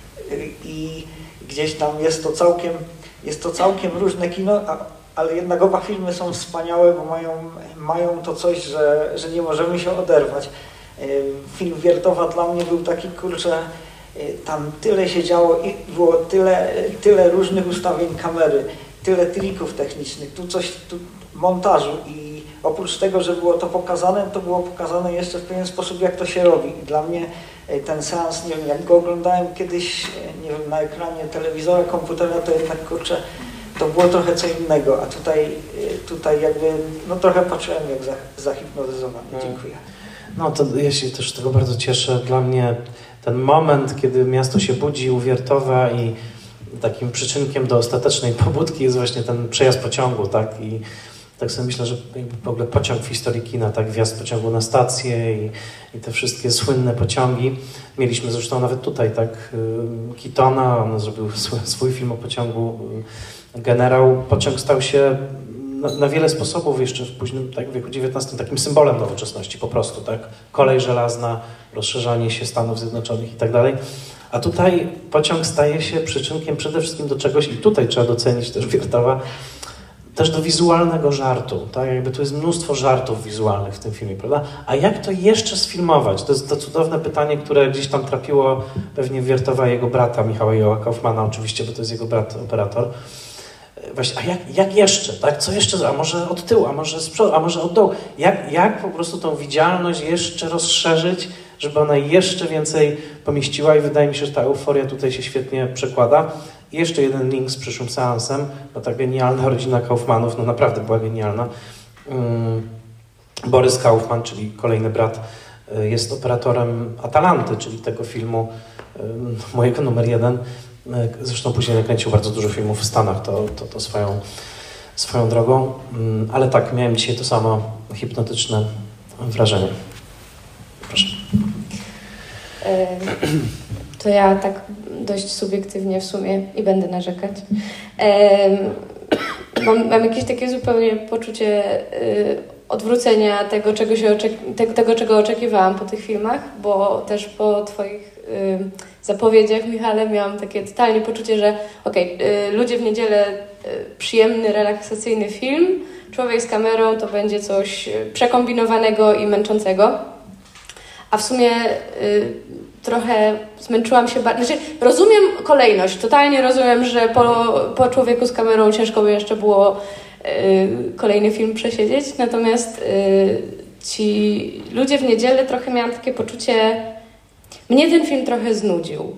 i gdzieś tam jest to całkiem różne kino, ale jednak oba filmy są wspaniałe, bo mają to coś, że nie możemy się oderwać. Film Wiertowa dla mnie był taki, kurczę, tam tyle się działo i było tyle różnych ustawień kamery, tyle trików technicznych, tu montażu i oprócz tego, że było to pokazane, to było pokazane jeszcze w pewien sposób, jak to się robi. I dla mnie ten seans, nie wiem, jak go oglądałem kiedyś, nie wiem, na ekranie telewizora, komputera, to jednak, kurczę, to było trochę co innego, a tutaj jakby, trochę patrzyłem jak zahipnotyzowany. Dziękuję. No to ja się też z tego bardzo cieszę. Dla mnie ten moment, kiedy miasto się budzi u Wiertowa i takim przyczynkiem do ostatecznej pobudki jest właśnie ten przejazd pociągu, tak? I tak sobie myślę, że w ogóle pociąg w historii kina, tak? Wjazd pociągu na stację i te wszystkie słynne pociągi. Mieliśmy zresztą nawet tutaj, tak? Keatona, on zrobił swój film o pociągu. Generał. Pociąg stał się na wiele sposobów jeszcze w późnym wieku XIX takim symbolem nowoczesności po prostu, tak? Kolej żelazna, rozszerzanie się Stanów Zjednoczonych i tak dalej. A tutaj pociąg staje się przyczynkiem przede wszystkim do czegoś i tutaj trzeba docenić też Wiertowa, też do wizualnego żartu, tak? Jakby tu jest mnóstwo żartów wizualnych w tym filmie, prawda? A jak to jeszcze sfilmować? To jest to cudowne pytanie, które gdzieś tam trapiło pewnie Wiertowa i jego brata, Michała Joła Kaufmana oczywiście, bo to jest jego brat operator. Właśnie, a jak jeszcze, tak? Co jeszcze? A może od tyłu, a może z przodu, a może od dołu? Jak po prostu tą widzialność jeszcze rozszerzyć, żeby ona jeszcze więcej pomieściła i wydaje mi się, że ta euforia tutaj się świetnie przekłada. I jeszcze jeden link z przyszłym seansem, bo ta genialna rodzina Kaufmanów, naprawdę była genialna. Borys Kaufman, czyli kolejny brat, jest operatorem Atalanty, czyli tego filmu mojego numer 1. Zresztą później nakręcił bardzo dużo filmów w Stanach, to swoją drogą. Ale tak, miałem dzisiaj to samo hipnotyczne wrażenie. Proszę. To ja tak dość subiektywnie w sumie i będę narzekać. Mam jakieś takie zupełnie poczucie odwrócenia tego, czego oczekiwałam po tych filmach, bo też po Twoich zapowiedziach, Michale, miałam takie totalnie poczucie, że ludzie w niedzielę, przyjemny, relaksacyjny film, człowiek z kamerą to będzie coś przekombinowanego i męczącego. a w sumie trochę zmęczyłam się bardzo. Znaczy, rozumiem kolejność, totalnie rozumiem, że po Człowieku z kamerą ciężko by jeszcze było kolejny film przesiedzieć, natomiast ci ludzie w niedzielę trochę miałam takie poczucie, mnie ten film trochę znudził.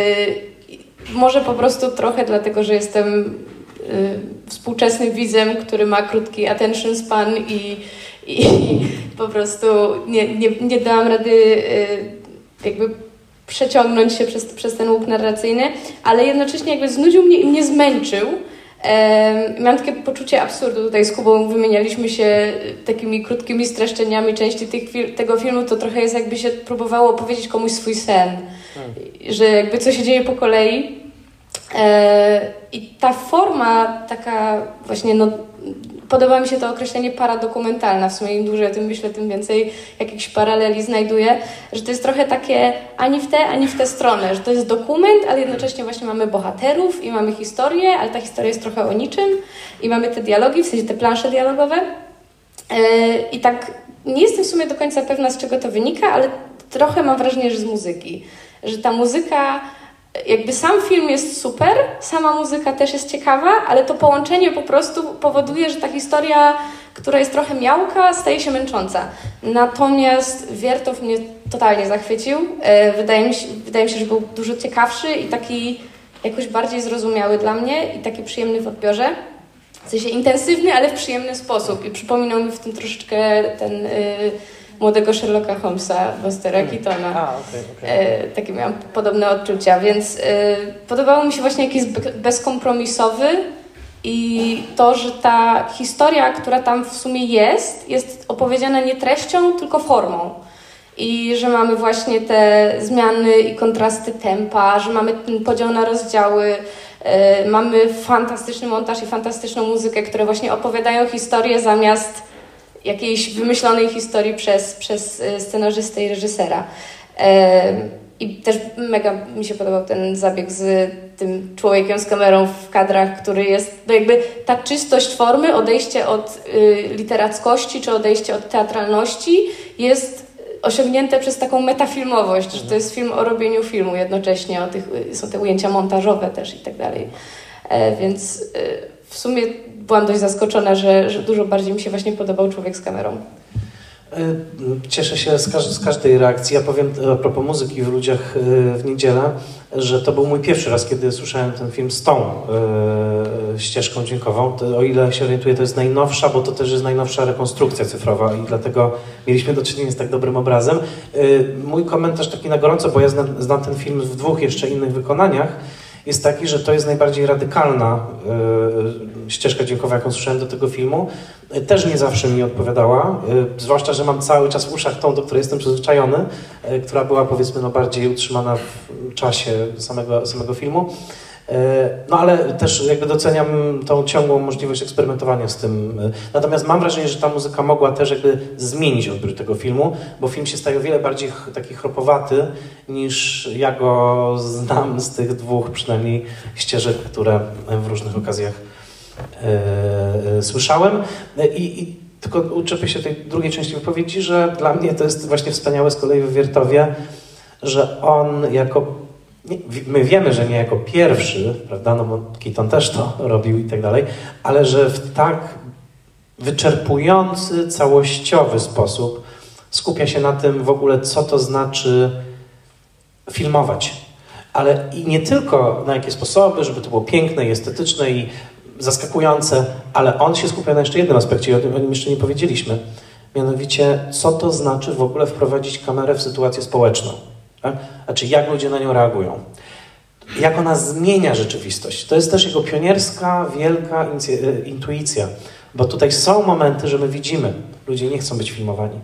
Może po prostu trochę dlatego, że jestem współczesnym widzem, który ma krótki attention span i po prostu nie dałam rady jakby przeciągnąć się przez ten łup narracyjny, ale jednocześnie jakby znudził mnie i mnie zmęczył. Miałam takie poczucie absurdu. Tutaj z Kubą wymienialiśmy się takimi krótkimi streszczeniami części tego filmu, to trochę jest jakby się próbowało opowiedzieć komuś swój sen, że jakby co się dzieje po kolei. I ta forma taka właśnie, podoba mi się to określenie paradokumentalna. W sumie im dłużej o tym myślę, tym więcej jakichś paraleli znajduję, że to jest trochę takie ani w tę stronę, że to jest dokument, ale jednocześnie właśnie mamy bohaterów i mamy historię, ale ta historia jest trochę o niczym i mamy te dialogi, w sensie te plansze dialogowe. I tak nie jestem w sumie do końca pewna, z czego to wynika, ale trochę mam wrażenie, że z muzyki. Że ta muzyka, jakby sam film jest super, sama muzyka też jest ciekawa, ale to połączenie po prostu powoduje, że ta historia, która jest trochę miałka, staje się męcząca. Natomiast Wiertow mnie totalnie zachwycił. Wydaje mi się, że był dużo ciekawszy i taki jakoś bardziej zrozumiały dla mnie i taki przyjemny w odbiorze. W sensie intensywny, ale w przyjemny sposób. I przypominał mi w tym troszeczkę ten młodego Sherlocka Holmesa, Bustera Keatona. Takie miałam podobne odczucia, więc podobało mi się właśnie, jak jest bezkompromisowy i to, że ta historia, która tam w sumie jest opowiedziana nie treścią, tylko formą. I że mamy właśnie te zmiany i kontrasty tempa, że mamy ten podział na rozdziały, mamy fantastyczny montaż i fantastyczną muzykę, które właśnie opowiadają historię zamiast jakiejś wymyślonej historii przez scenarzystę i reżysera. I też mega mi się podobał ten zabieg z tym człowiekiem z kamerą w kadrach, który jest, jakby ta czystość formy, odejście od literackości czy odejście od teatralności jest osiągnięte przez taką metafilmowość, że to jest film o robieniu filmu jednocześnie, są te ujęcia montażowe też i tak dalej. Więc w sumie byłam dość zaskoczona, że dużo bardziej mi się właśnie podobał Człowiek z kamerą. Cieszę się z każdej reakcji. Ja powiem a propos muzyki w Ludziach w niedzielę, że to był mój pierwszy raz, kiedy słyszałem ten film z tą ścieżką dźwiękową. O ile się orientuję, to jest najnowsza, bo to też jest najnowsza rekonstrukcja cyfrowa i dlatego mieliśmy do czynienia z tak dobrym obrazem. Mój komentarz taki na gorąco, bo ja znam ten film w dwóch jeszcze innych wykonaniach, jest taki, że to jest najbardziej radykalna ścieżka dźwiękowa, jaką słyszałem do tego filmu. Też nie zawsze mi odpowiadała, zwłaszcza, że mam cały czas w uszach tą, do której jestem przyzwyczajony, która była, powiedzmy, bardziej utrzymana w czasie samego filmu. No ale też jakby doceniam tą ciągłą możliwość eksperymentowania z tym. Natomiast mam wrażenie, że ta muzyka mogła też jakby zmienić odbiór tego filmu, bo film się staje o wiele bardziej taki chropowaty, niż ja go znam z tych dwóch przynajmniej ścieżek, które w różnych okazjach słyszałem. I tylko uczepię się tej drugiej części wypowiedzi, że dla mnie to jest właśnie wspaniałe z kolei w Wiertowie, że on my wiemy, że nie jako pierwszy, prawda, no bo Keaton też to robił i tak dalej, ale że w tak wyczerpujący, całościowy sposób skupia się na tym w ogóle, co to znaczy filmować. Ale i nie tylko na jakie sposoby, żeby to było piękne i estetyczne i zaskakujące, ale on się skupia na jeszcze jednym aspekcie i o nim jeszcze nie powiedzieliśmy. Mianowicie, co to znaczy w ogóle wprowadzić kamerę w sytuację społeczną. Tak? Znaczy, jak ludzie na nią reagują. Jak ona zmienia rzeczywistość. To jest też jego pionierska, wielka intuicja. Bo tutaj są momenty, że my widzimy, ludzie nie chcą być filmowani.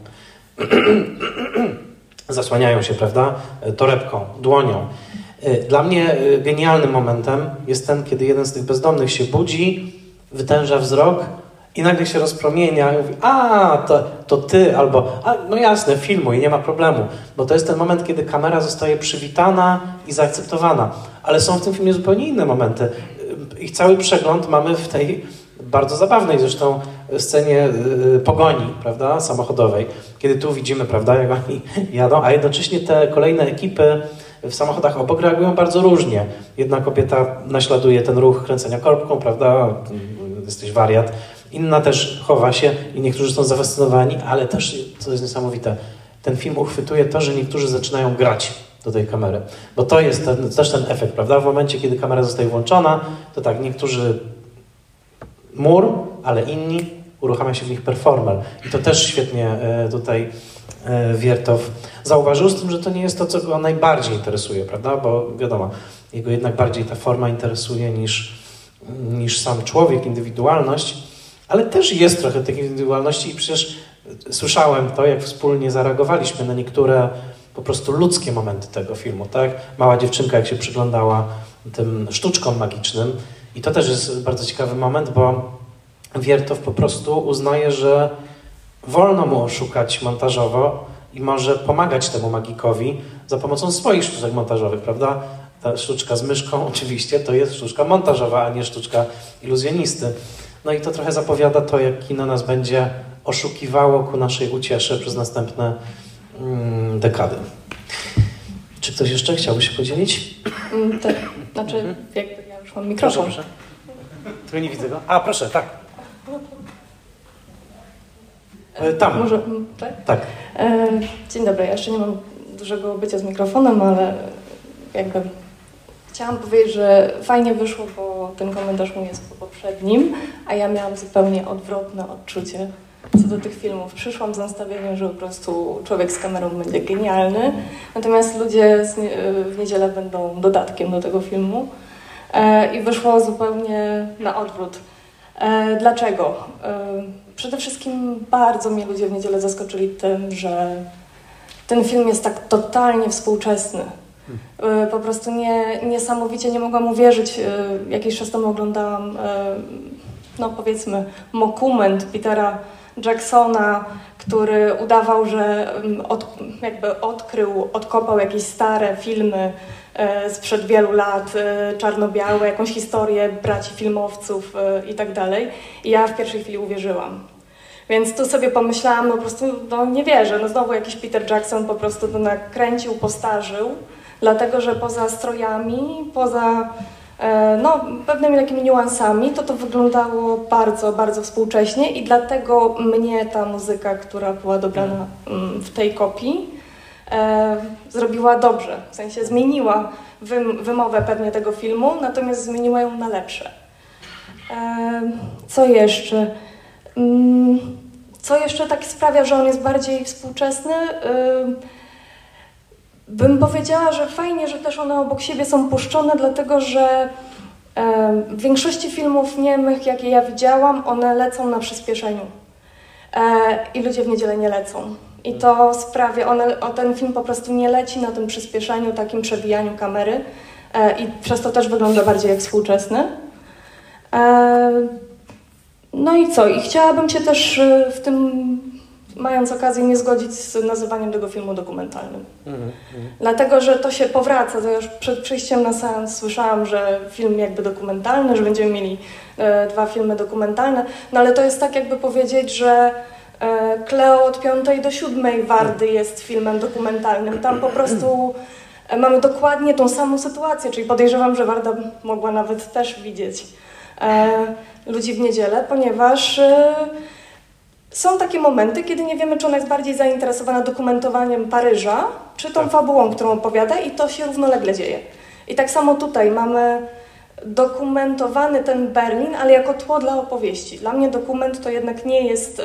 Zasłaniają się, prawda, torebką, dłonią. Dla mnie genialnym momentem jest ten, kiedy jeden z tych bezdomnych się budzi, wytęża wzrok i nagle się rozpromienia i mówi, to ty, albo no jasne, filmuj, nie ma problemu. Bo to jest ten moment, kiedy kamera zostaje przywitana i zaakceptowana. Ale są w tym filmie zupełnie inne momenty. Ich cały przegląd mamy w tej bardzo zabawnej zresztą scenie pogoni, prawda, samochodowej, kiedy tu widzimy, prawda, jak oni jadą, a jednocześnie te kolejne ekipy w samochodach obok reagują bardzo różnie. Jedna kobieta naśladuje ten ruch kręcenia korbką, prawda, jesteś wariat, inna też chowa się i niektórzy są zafascynowani, ale też, co jest niesamowite, ten film uchwytuje to, że niektórzy zaczynają grać do tej kamery, bo to jest też ten efekt, prawda, w momencie, kiedy kamera zostaje włączona, to tak, niektórzy mur, ale inni uruchamia się w nich performer. I to też świetnie tutaj Wiertow zauważył, z tym, że to nie jest to, co go najbardziej interesuje, prawda? Bo wiadomo, jego jednak bardziej ta forma interesuje niż sam człowiek, indywidualność, ale też jest trochę tej indywidualności i przecież słyszałem to, jak wspólnie zareagowaliśmy na niektóre po prostu ludzkie momenty tego filmu, tak? Mała dziewczynka, jak się przyglądała tym sztuczkom magicznym, i to też jest bardzo ciekawy moment, bo Wiertow po prostu uznaje, że wolno mu oszukać montażowo i może pomagać temu magikowi za pomocą swoich sztuczek montażowych, prawda? Ta sztuczka z myszką oczywiście to jest sztuczka montażowa, a nie sztuczka iluzjonisty. No i to trochę zapowiada to, jak kino nas będzie oszukiwało ku naszej uciesze przez następne dekady. Czy ktoś jeszcze chciałby się podzielić? Tak, znaczy jakby ja już mam mikrofon. Proszę. Tylko nie widzę go. A, proszę, tak. Tam. Może, tak? Tak. Dzień dobry, ja jeszcze nie mam dużego bycia z mikrofonem, ale jakby chciałam powiedzieć, że fajnie wyszło, bo ten komentarz mój jest po poprzednim, a ja miałam zupełnie odwrotne odczucie co do tych filmów. Przyszłam z nastawieniem, że po prostu człowiek z kamerą będzie genialny, natomiast ludzie w niedzielę będą dodatkiem do tego filmu i wyszło zupełnie na odwrót. Dlaczego? Przede wszystkim bardzo mnie ludzie w niedzielę zaskoczyli tym, że ten film jest tak totalnie współczesny. Po prostu niesamowicie nie mogłam uwierzyć. Jakiś czas temu oglądałam, no powiedzmy, dokument Petera Jacksona, który udawał, że odkopał jakieś stare filmy sprzed wielu lat, czarno-białe, jakąś historię braci filmowców i tak dalej. I ja w pierwszej chwili uwierzyłam. Więc tu sobie pomyślałam, no po prostu, no nie wierzę, no znowu jakiś Peter Jackson po prostu to nakręcił, postarzył, dlatego że poza strojami, poza pewnymi takimi niuansami, to wyglądało bardzo, bardzo współcześnie i dlatego mnie ta muzyka, która była dobrana w tej kopii, zrobiła dobrze. W sensie zmieniła wymowę pewnie tego filmu, natomiast zmieniła ją na lepsze. Co jeszcze? Co jeszcze tak sprawia, że on jest bardziej współczesny? Bym powiedziała, że fajnie, że też one obok siebie są puszczone, dlatego że w większości filmów niemych, jakie ja widziałam, one lecą na przyspieszeniu i ludzie w niedzielę nie lecą. I to sprawia, ten film po prostu nie leci na tym przyspieszeniu, takim przewijaniu kamery i przez to też wygląda bardziej jak współczesny. No i co? I chciałabym się też w tym, mając okazję, nie zgodzić z nazywaniem tego filmu dokumentalnym. Dlatego, że to się powraca. To już przed przyjściem na seans słyszałam, że film jakby dokumentalny, że będziemy mieli 2 filmy dokumentalne. No ale to jest tak jakby powiedzieć, że Kleo od 5 do 7 Wardy jest filmem dokumentalnym. Tam po prostu mamy dokładnie tą samą sytuację, czyli podejrzewam, że Warda mogła nawet też widzieć ludzi w niedzielę, ponieważ są takie momenty, kiedy nie wiemy, czy ona jest bardziej zainteresowana dokumentowaniem Paryża, czy tą fabułą, którą opowiada, i to się równolegle dzieje. I tak samo tutaj mamy dokumentowany ten Berlin, ale jako tło dla opowieści. Dla mnie dokument to jednak nie jest...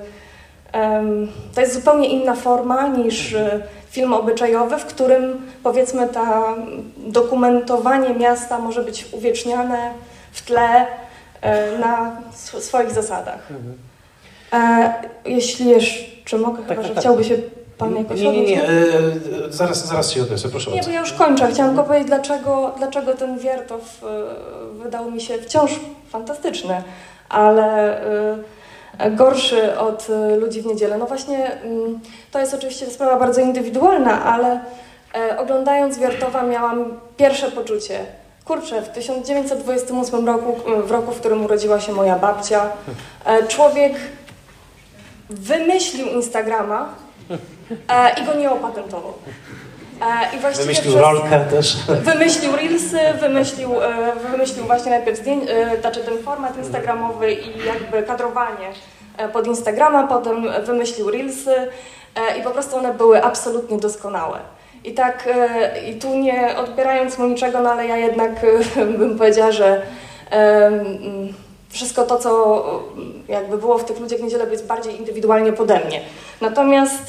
to jest zupełnie inna forma niż film obyczajowy, w którym powiedzmy dokumentowanie miasta może być uwieczniane w tle na swoich zasadach. Jeśli jeszcze mogę, chyba, że chciałby się Pan jakoś odnieść? Nie. Zaraz się odniosę, proszę bardzo. Nie, bo ja już kończę. Chciałam tylko powiedzieć, dlaczego ten Wiertow wydał mi się wciąż fantastyczny, ale gorszy od ludzi w niedzielę. No właśnie, to jest oczywiście sprawa bardzo indywidualna, ale oglądając Wiertowa miałam pierwsze poczucie, Kurczę, w 1928 roku, w roku, w którym urodziła się moja babcia, człowiek wymyślił Instagrama i go nie opatentował. I wymyślił rolkę też. Wymyślił Reelsy, wymyślił właśnie najpierw ten format instagramowy i jakby kadrowanie pod Instagrama, potem wymyślił Reelsy i po prostu one były absolutnie doskonałe. I tak, i tu nie odbierając mu niczego, no ale ja jednak bym powiedziała, że wszystko to, co jakby było w tych ludziach w niedzielę, jest bardziej indywidualnie pode mnie. Natomiast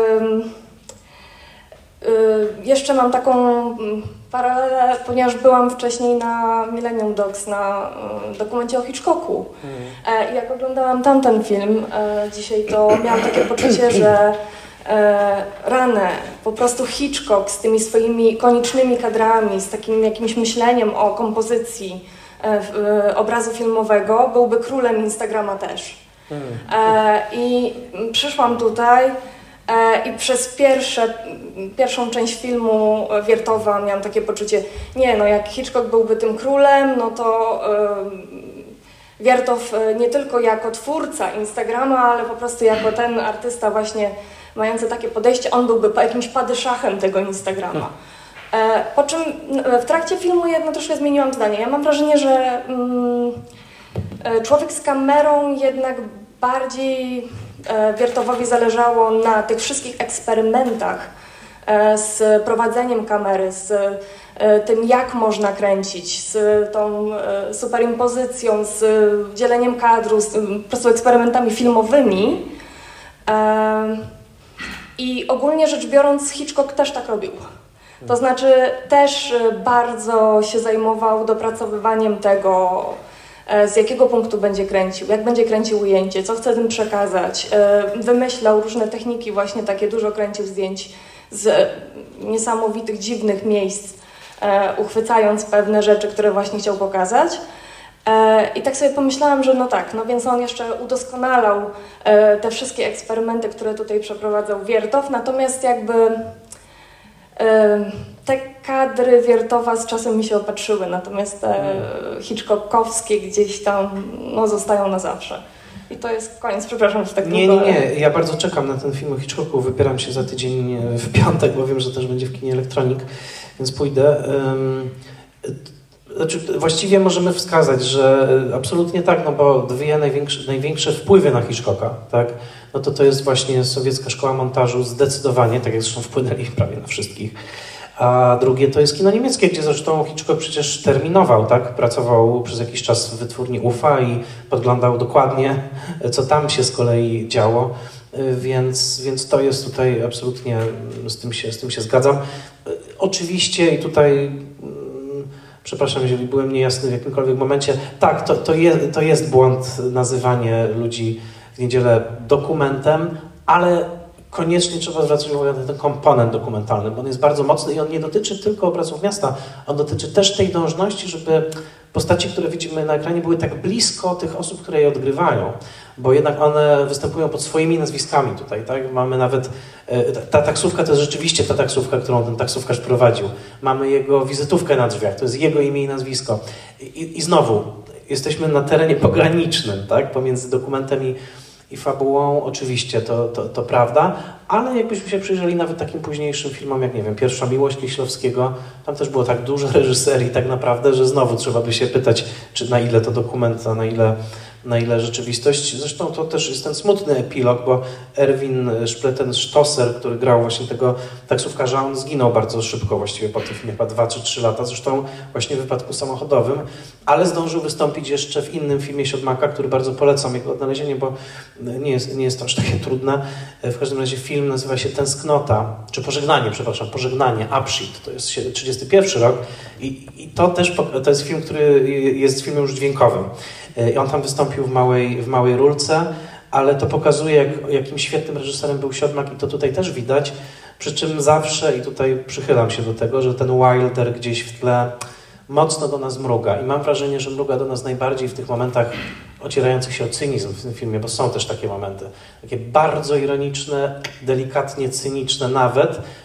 jeszcze mam taką paralelę, ponieważ byłam wcześniej na Millennium Dogs, na dokumencie o Hitchcocku. I jak oglądałam tamten film dzisiaj, to miałam takie poczucie, że ranę, po prostu Hitchcock z tymi swoimi ikonicznymi kadrami, z takim jakimś myśleniem o kompozycji obrazu filmowego, byłby królem Instagrama też. I przyszłam tutaj i przez pierwszą część filmu Wiertowa miałam takie poczucie, nie no, jak Hitchcock byłby tym królem, no to Wiertow nie tylko jako twórca Instagrama, ale po prostu jako ten artysta właśnie mający takie podejście, on byłby jakimś padyszachem tego Instagrama. Po czym w trakcie filmu troszkę zmieniłam zdanie. Ja mam wrażenie, że Człowiek z kamerą jednak bardziej Wiertowowi zależało na tych wszystkich eksperymentach z prowadzeniem kamery, z tym, jak można kręcić, z tą superimpozycją, z dzieleniem kadru, z po prostu eksperymentami filmowymi. I ogólnie rzecz biorąc, Hitchcock też tak robił. To znaczy też bardzo się zajmował dopracowywaniem tego, z jakiego punktu będzie kręcił, jak będzie kręcił ujęcie, co chce tym przekazać. Wymyślał różne techniki, właśnie takie, dużo kręcił zdjęć z niesamowitych, dziwnych miejsc, uchwycając pewne rzeczy, które właśnie chciał pokazać. I tak sobie pomyślałam, że no tak, no więc on jeszcze udoskonalał te wszystkie eksperymenty, które tutaj przeprowadzał Wiertow, natomiast jakby te kadry Wiertowa z czasem mi się opatrzyły, natomiast te hitchcockowskie gdzieś tam no, zostają na zawsze. I to jest koniec, przepraszam, że tak długo. Nie, ja bardzo czekam na ten film o Hitchcocku, wybieram się za tydzień w piątek, bo wiem, że też będzie w kinie Elektronik, więc pójdę. Znaczy, właściwie możemy wskazać, że absolutnie tak, no bo dwie największe wpływy na Hitchcocka, tak, no to jest właśnie sowiecka szkoła montażu zdecydowanie, tak jak zresztą wpłynęli prawie na wszystkich, a drugie to jest kino niemieckie, gdzie zresztą Hitchcock przecież terminował, tak, pracował przez jakiś czas w wytwórni UFA i podglądał dokładnie, co tam się z kolei działo, więc to jest tutaj absolutnie, z tym się zgadzam. Oczywiście i tutaj przepraszam, jeżeli byłem niejasny w jakimkolwiek momencie. Tak, to jest błąd nazywanie ludzi w niedzielę dokumentem, ale koniecznie trzeba zwracać uwagę na ten komponent dokumentalny, bo on jest bardzo mocny i on nie dotyczy tylko obrazów miasta, on dotyczy też tej dążności, żeby postaci, które widzimy na ekranie, były tak blisko tych osób, które je odgrywają, bo jednak one występują pod swoimi nazwiskami tutaj, tak? Mamy nawet, ta taksówka to jest rzeczywiście ta taksówka, którą ten taksówkarz prowadził. Mamy jego wizytówkę na drzwiach, to jest jego imię i nazwisko. I znowu, jesteśmy na terenie pogranicznym, tak? Pomiędzy dokumentem i fabułą, oczywiście, to prawda, ale jakbyśmy się przyjrzeli nawet takim późniejszym filmom, jak nie wiem, Pierwsza miłość Kieślowskiego, tam też było tak dużo reżyserii tak naprawdę, że znowu trzeba by się pytać, czy na ile to dokument, a na ile rzeczywistość. Zresztą to też jest ten smutny epilog, bo Erwin Szpleten-Stosser, który grał właśnie tego taksówkarza, on zginął bardzo szybko, właściwie po tym filmie, chyba 2 czy 3 lata, zresztą właśnie w wypadku samochodowym, ale zdążył wystąpić jeszcze w innym filmie Siodmaka, który bardzo polecam jego odnalezienie, bo nie jest to aż takie trudne. W każdym razie film nazywa się Tęsknota, czy Pożegnanie, Abschied, to jest 31 rok i to też, to jest film, który jest filmem już dźwiękowym. I on tam wystąpił w małej rólce, ale to pokazuje, jakim świetnym reżyserem był Siodmak i to tutaj też widać, przy czym zawsze, i tutaj przychylam się do tego, że ten Wilder gdzieś w tle mocno do nas mruga i mam wrażenie, że mruga do nas najbardziej w tych momentach ocierających się o cynizm w tym filmie, bo są też takie momenty, takie bardzo ironiczne, delikatnie cyniczne nawet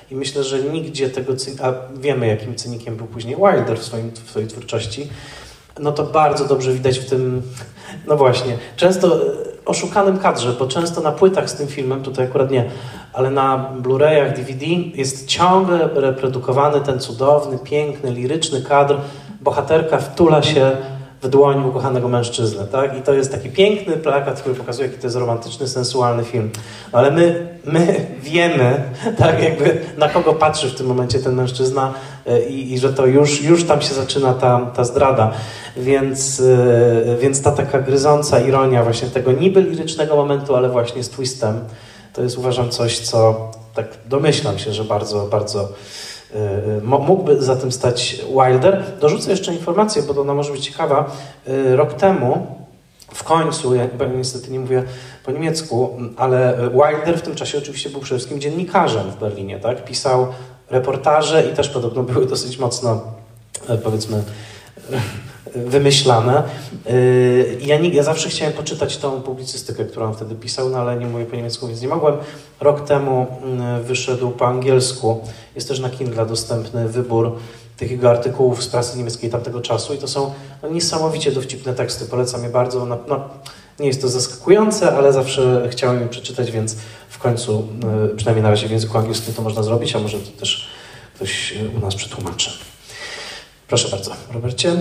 i myślę, że nigdzie tego a wiemy, jakim cynikiem był później Wilder w swojej twórczości, no to bardzo dobrze widać w tym, no właśnie, często oszukanym kadrze, bo często na płytach z tym filmem, tutaj akurat nie, ale na Blu-rayach, DVD jest ciągle reprodukowany ten cudowny, piękny, liryczny kadr, bohaterka wtula się w dłoń ukochanego mężczyzny, tak? I to jest taki piękny plakat, który pokazuje, jaki to jest romantyczny, sensualny film. No, ale my wiemy, tak, jakby na kogo patrzy w tym momencie ten mężczyzna i że to już tam się zaczyna ta zdrada. Więc ta taka gryząca ironia właśnie tego niby lirycznego momentu, ale właśnie z twistem, to jest, uważam, coś, co tak domyślam się, że bardzo, bardzo mógłby za tym stać Wilder. Dorzucę jeszcze informację, bo ona może być ciekawa. Rok temu, w końcu, ja niestety nie mówię po niemiecku, ale Wilder w tym czasie oczywiście był przede wszystkim dziennikarzem w Berlinie, tak? Pisał reportaże i też podobno były dosyć mocno, powiedzmy, wymyślane. Ja zawsze chciałem poczytać tą publicystykę, którą on wtedy pisał, no ale nie mówię po niemiecku, więc nie mogłem. Rok temu wyszedł po angielsku. Jest też na Kindle dostępny wybór tych jego artykułów z prasy niemieckiej tamtego czasu i to są niesamowicie dowcipne teksty. Polecam je bardzo. Nie jest to zaskakujące, ale zawsze chciałem je przeczytać, więc w końcu, przynajmniej na razie w języku angielskim to można zrobić, a może to też ktoś u nas przetłumaczy. Proszę bardzo, Robercie.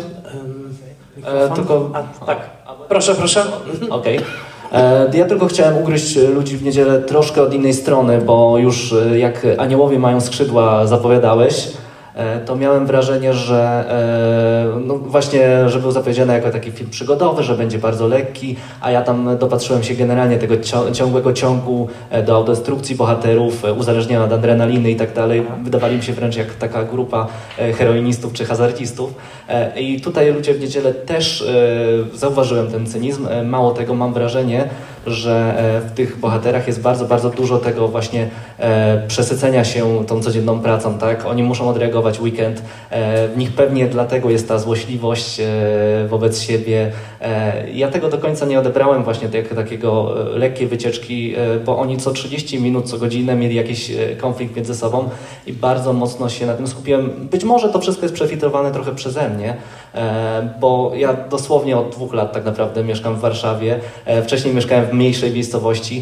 Tak, proszę. Okej. Ja tylko chciałem ugryźć ludzi w niedzielę troszkę od innej strony, bo już jak Aniołowie mają skrzydła zapowiadałeś, to miałem wrażenie, że no właśnie, że był zapowiedziany jako taki film przygodowy, że będzie bardzo lekki, a ja tam dopatrzyłem się generalnie tego ciągłego ciągu do autodestrukcji bohaterów, uzależnienia od adrenaliny i tak dalej. Wydawali mi się wręcz jak taka grupa heroinistów czy hazardzistów. I tutaj ludzie w niedzielę też zauważyłem ten cynizm. Mało tego, mam wrażenie, że w tych bohaterach jest bardzo, bardzo dużo tego właśnie przesycenia się tą codzienną pracą, tak? Oni muszą odreagować weekend. W nich pewnie dlatego jest ta złośliwość wobec siebie. Ja tego do końca nie odebrałem właśnie takiego lekkiej wycieczki, bo oni co 30 minut, co godzinę mieli jakiś konflikt między sobą i bardzo mocno się na tym skupiłem. Być może to wszystko jest przefiltrowane trochę przeze mnie, bo ja dosłownie od 2 lat tak naprawdę mieszkam w Warszawie. Wcześniej mieszkałem w mniejszej miejscowości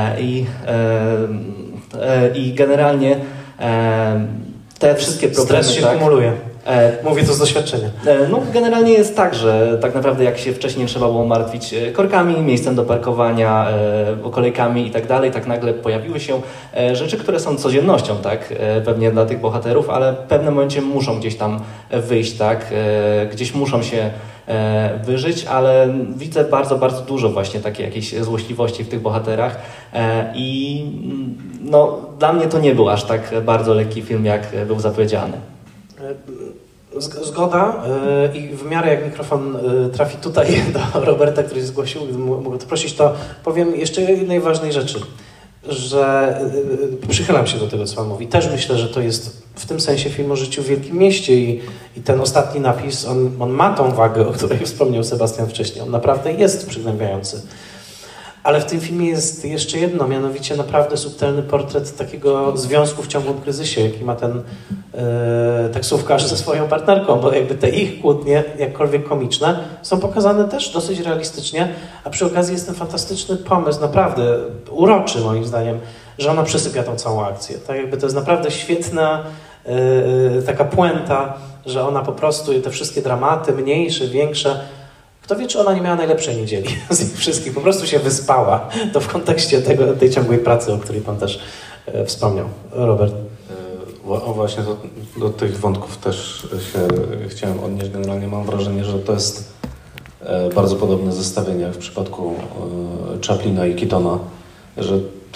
i generalnie te wszystkie problemy... Stres się kumuluje. Mówię to z doświadczenia. No, generalnie jest tak, że tak naprawdę jak się wcześniej trzeba było martwić korkami, miejscem do parkowania, kolejkami i tak dalej, tak nagle pojawiły się rzeczy, które są codziennością, tak, pewnie dla tych bohaterów, ale w pewnym momencie muszą gdzieś tam wyjść, tak, gdzieś muszą się wyżyć, ale widzę bardzo, bardzo dużo właśnie takiej jakiejś złośliwości w tych bohaterach i no, dla mnie to nie był aż tak bardzo lekki film, jak był zapowiedziany. Zgoda i w miarę jak mikrofon trafi tutaj do Roberta, który się zgłosił, mogę to prosić, to powiem jeszcze jednej ważnej rzeczy, że przychylam się do tego, co Pan mówi. Też myślę, że to jest w tym sensie film o życiu w wielkim mieście i ten ostatni napis, on ma tą wagę, o której wspomniał Sebastian wcześniej. On naprawdę jest przygnębiający. Ale w tym filmie jest jeszcze jedno, mianowicie naprawdę subtelny portret takiego związku w ciągłym kryzysie, jaki ma ten taksówkarz ze swoją partnerką, bo jakby te ich kłótnie, jakkolwiek komiczne, są pokazane też dosyć realistycznie, a przy okazji jest ten fantastyczny pomysł, naprawdę uroczy moim zdaniem, że ona przesypia tą całą akcję. Tak jakby to jest naprawdę świetna taka puenta, że ona po prostu te wszystkie dramaty, mniejsze, większe, kto wie, czy ona nie miała najlepszej niedzieli z nich wszystkich, po prostu się wyspała. To w kontekście tej ciągłej pracy, o której Pan też wspomniał. Robert. O właśnie, do tych wątków też się chciałem odnieść. Generalnie mam wrażenie, że to jest bardzo podobne zestawienie jak w przypadku Chaplina i Keatona, że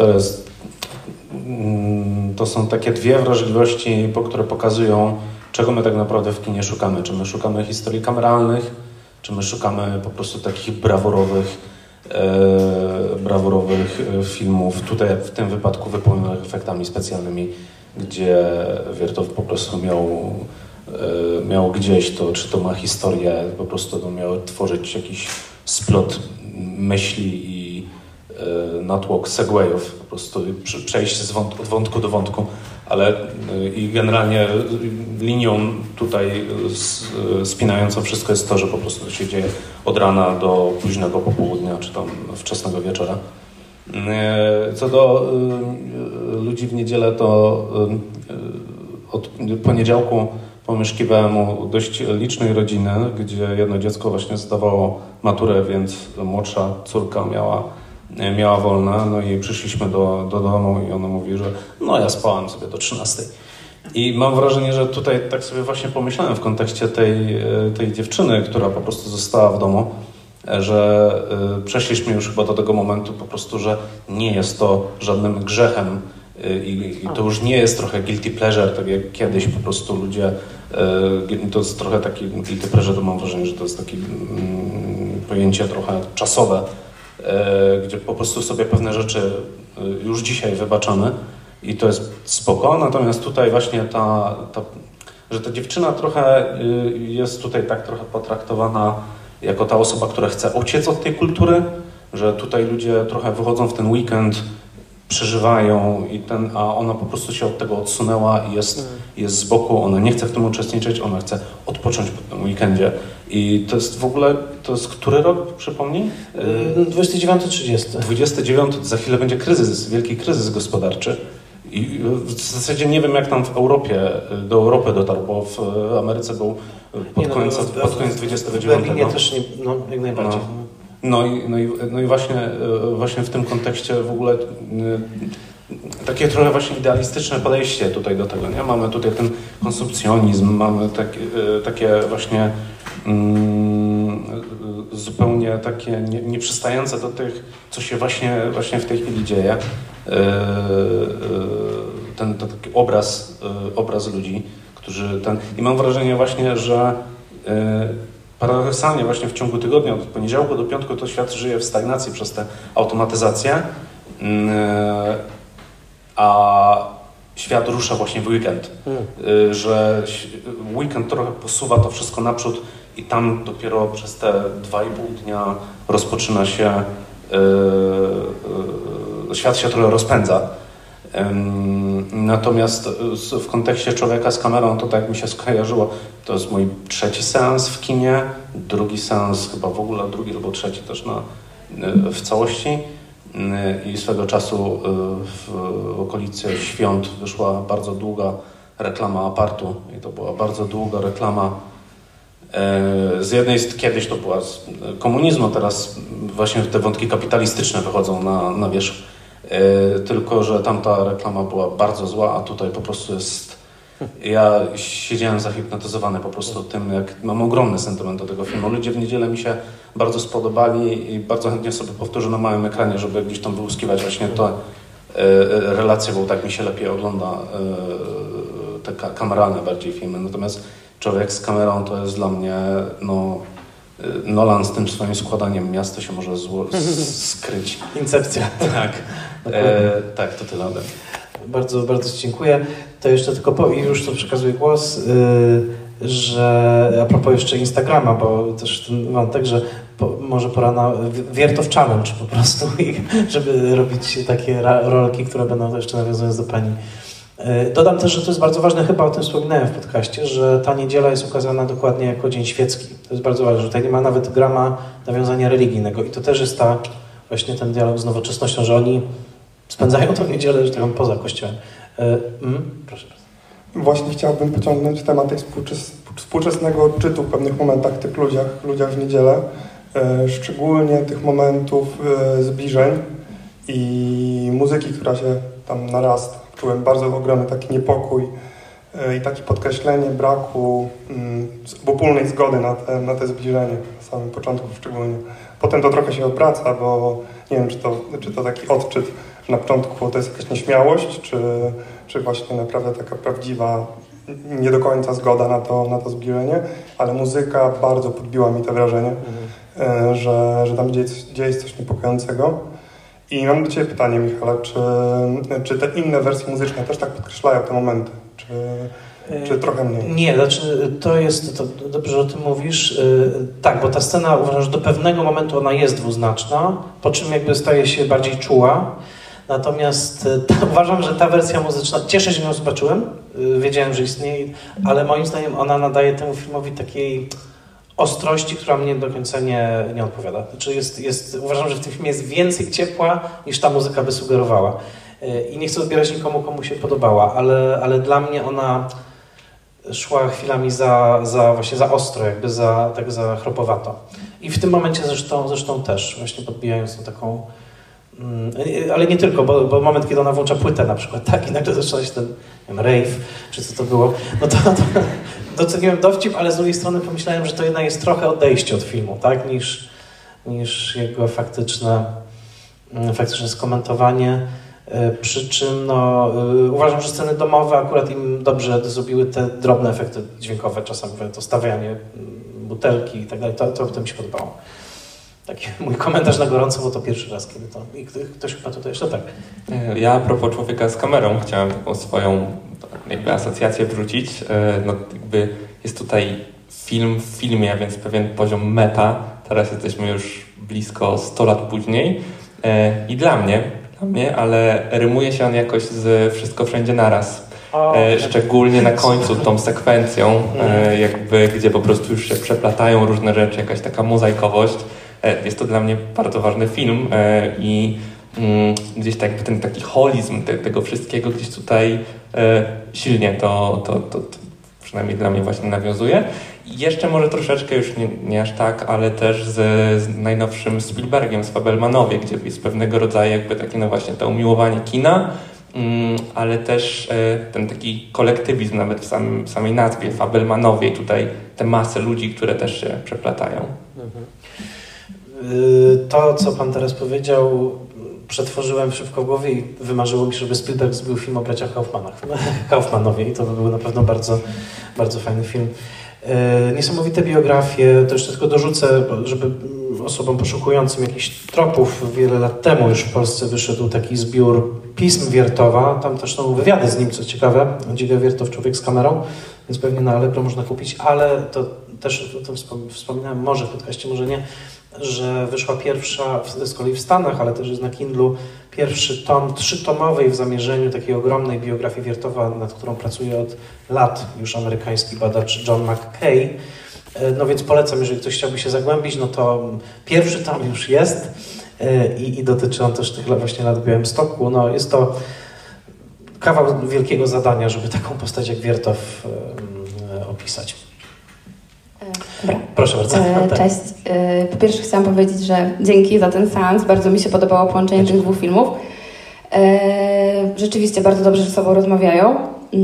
to są takie dwie wrażliwości, które pokazują, czego my tak naprawdę w kinie szukamy. Czy my szukamy historii kameralnych, czy my szukamy po prostu takich brawurowych filmów, tutaj w tym wypadku wypełnionych efektami specjalnymi, gdzie Wiertow po prostu miał gdzieś to, czy to ma historię, po prostu to miał tworzyć jakiś splot myśli i natłok segwayów, po prostu przejść od wątku do wątku, ale i generalnie linią tutaj spinającą wszystko jest to, że po prostu to się dzieje od rana do późnego popołudnia, czy tam wczesnego wieczora. Co do ludzi w niedzielę, to od poniedziałku pomieszkiwałem u dość licznej rodziny, gdzie jedno dziecko właśnie zdawało maturę, więc młodsza córka miała wolne, no i przyszliśmy do domu i ona mówi, że no ja spałam sobie do 13. I mam wrażenie, że tutaj tak sobie właśnie pomyślałem w kontekście tej dziewczyny, która po prostu została w domu, że przeszliśmy już chyba do tego momentu po prostu, że nie jest to żadnym grzechem i to już nie jest trochę guilty pleasure, tak jak kiedyś po prostu ludzie, to jest trochę taki guilty pleasure, to mam wrażenie, że to jest takie pojęcie trochę czasowe, gdzie po prostu sobie pewne rzeczy już dzisiaj wybaczamy i to jest spoko, natomiast tutaj właśnie że ta dziewczyna trochę jest tutaj tak trochę potraktowana jako ta osoba, która chce uciec od tej kultury, że tutaj ludzie trochę wychodzą w ten weekend, przeżywają a ona po prostu się od tego odsunęła i jest z boku, ona nie chce w tym uczestniczyć, ona chce odpocząć po tym weekendzie. I to jest w ogóle, to jest który rok, przypomnij? 29-30. 29, za chwilę będzie kryzys, wielki kryzys gospodarczy. I w zasadzie nie wiem, jak tam w Europie, do Europy dotarł, bo w Ameryce był pod koniec 29. W Berlinie też jak najbardziej. No i właśnie w tym kontekście w ogóle takie trochę właśnie idealistyczne podejście tutaj do tego, nie? Mamy tutaj ten konsumpcjonizm, mamy takie właśnie zupełnie takie nieprzystające do tych, co się właśnie w tej chwili dzieje. Ten taki obraz ludzi, którzy i mam wrażenie właśnie, że paradoksalnie właśnie w ciągu tygodnia, od poniedziałku do piątku, to świat żyje w stagnacji przez tę automatyzację, a świat rusza właśnie w weekend, że weekend trochę posuwa to wszystko naprzód i tam dopiero przez te 2,5 dnia rozpoczyna się, świat się trochę rozpędza. Natomiast w kontekście Człowieka z kamerą, to tak mi się skojarzyło, to jest mój 3. seans w kinie, 2. seans chyba w ogóle, 2. albo 3. też w całości i swego czasu w okolicy świąt wyszła bardzo długa reklama Apartu i to była bardzo długa reklama. Z jednej kiedyś to była z komunizmu, teraz właśnie te wątki kapitalistyczne wychodzą na wierzch. Tylko że tamta reklama była bardzo zła, a tutaj po prostu jest... Ja siedziałem zahipnotyzowany po prostu tym, jak mam ogromny sentyment do tego filmu. Ludzie w niedzielę mi się bardzo spodobali i bardzo chętnie sobie powtórzę na małym ekranie, żeby gdzieś tam wyłuskiwać właśnie te relacje, bo tak mi się lepiej ogląda te kameralne bardziej filmy. Natomiast Człowiek z kamerą to jest dla mnie, Nolan z tym swoim składaniem miasta się może skryć. Incepcja. Tak. Tak, to tyle ode mnie. Bardzo, bardzo Ci dziękuję. To jeszcze tylko i już to przekazuję głos, że a propos jeszcze Instagrama, bo też ten wątek, że może pora na Wiertow Challenge po prostu, żeby robić takie rolki, które będą jeszcze nawiązując do Pani. Dodam też, że to jest bardzo ważne, chyba o tym wspominałem w podcaście, że ta niedziela jest ukazana dokładnie jako dzień świecki. To jest bardzo ważne, że tutaj nie ma nawet grama nawiązania religijnego i to też jest właśnie ten dialog z nowoczesnością, że oni spędzają tę niedzielę, że tak poza kościołem. Proszę bardzo. Właśnie chciałbym pociągnąć temat współczesnego odczytu w pewnych momentach tych ludziach w niedzielę, szczególnie tych momentów zbliżeń i muzyki, która się tam narasta. Czułem bardzo ogromny taki niepokój i takie podkreślenie braku obopólnej zgody na te zbliżenie, na samym początku szczególnie. Potem to trochę się obraca, bo nie wiem, czy to taki odczyt, że na początku to jest jakaś nieśmiałość, czy właśnie naprawdę taka prawdziwa, nie do końca zgoda na to zbliżenie, ale muzyka bardzo podbiła mi to wrażenie, że tam dzieje się coś niepokojącego. I mam do Ciebie pytanie, Michale, czy te inne wersje muzyczne też tak podkreślają te momenty, czy trochę mniej? Nie, to dobrze, że o tym mówisz. Tak, bo ta scena, uważam, że do pewnego momentu ona jest dwuznaczna, po czym jakby staje się bardziej czuła. Natomiast uważam, że ta wersja muzyczna, cieszę się, że ją zobaczyłem, wiedziałem, że istnieje, ale moim zdaniem ona nadaje temu filmowi takiej ostrości, która mnie do końca nie odpowiada. Znaczy uważam, że w tym filmie jest więcej ciepła, niż ta muzyka by sugerowała. I nie chcę odbierać nikomu, komu się podobała, ale dla mnie ona szła chwilami właśnie za ostro, jakby za chropowato. I w tym momencie zresztą też, właśnie podbijając tą taką... Ale nie tylko, bo moment, kiedy ona włącza płytę na przykład, tak, i nagle zaczyna się ten, nie wiem, rave, czy co to było, no to doceniłem dowcip, ale z drugiej strony pomyślałem, że to jednak jest trochę odejście od filmu, tak, niż jego faktyczne skomentowanie. Przy czym uważam, że sceny domowe akurat im dobrze zrobiły te drobne efekty dźwiękowe, czasami to stawianie butelki i tak dalej, to mi się podobało. Taki mój komentarz na gorąco, bo to pierwszy raz, kiedy to... I ktoś chyba tutaj jeszcze tak. Ja a propos Człowieka z kamerą chciałem taką swoją jakby asocjację wrzucić. No jakby jest tutaj film w filmie, a więc pewien poziom meta. Teraz jesteśmy już blisko 100 lat później. I dla mnie, ale rymuje się on jakoś z Wszystko wszędzie naraz. Szczególnie na końcu tą sekwencją, jakby gdzie po prostu już się przeplatają różne rzeczy, jakaś taka mozaikowość. Jest to dla mnie bardzo ważny film i gdzieś tak jakby ten taki holizm tego wszystkiego gdzieś tutaj silnie to przynajmniej dla mnie właśnie nawiązuje. I jeszcze może troszeczkę, już nie aż tak, ale też z najnowszym Spielbergiem, z Fabelmanowie, gdzie jest pewnego rodzaju jakby takie no właśnie to umiłowanie kina, ale też ten taki kolektywizm nawet w samej nazwie, Fabelmanowie, i tutaj te masy ludzi, które też się przeplatają. To, co pan teraz powiedział, przetworzyłem szybko w głowie i wymarzyło mi się, żeby Spielberg zrobił film o braciach Kaufmanowie i to by był na pewno bardzo, bardzo fajny film. Niesamowite biografie, to jeszcze tylko dorzucę, żeby osobom poszukującym jakichś tropów, wiele lat temu już w Polsce wyszedł taki zbiór pism Wiertowa, tam też są wywiady z nim, co ciekawe, Dzika Wiertow, Człowiek z kamerą, więc pewnie na Allegro można kupić, ale to też o tym wspominałem, może w podcaście, może nie, że wyszła pierwsza, z kolei w Stanach, ale też jest na Kindlu, pierwszy tom, 3-tomowej w zamierzeniu takiej ogromnej biografii Wiertowa, nad którą pracuje od lat już amerykański badacz John McKay. No więc polecam, jeżeli ktoś chciałby się zagłębić, no to pierwszy tom już jest i dotyczy on też tych właśnie lat w Białymstoku. No jest to kawał wielkiego zadania, żeby taką postać jak Wiertow opisać. Dobra. Proszę bardzo. Cześć. Po pierwsze chciałam powiedzieć, że dzięki za ten seans. Bardzo mi się podobało połączenie tych dwóch filmów. Rzeczywiście bardzo dobrze ze sobą rozmawiają.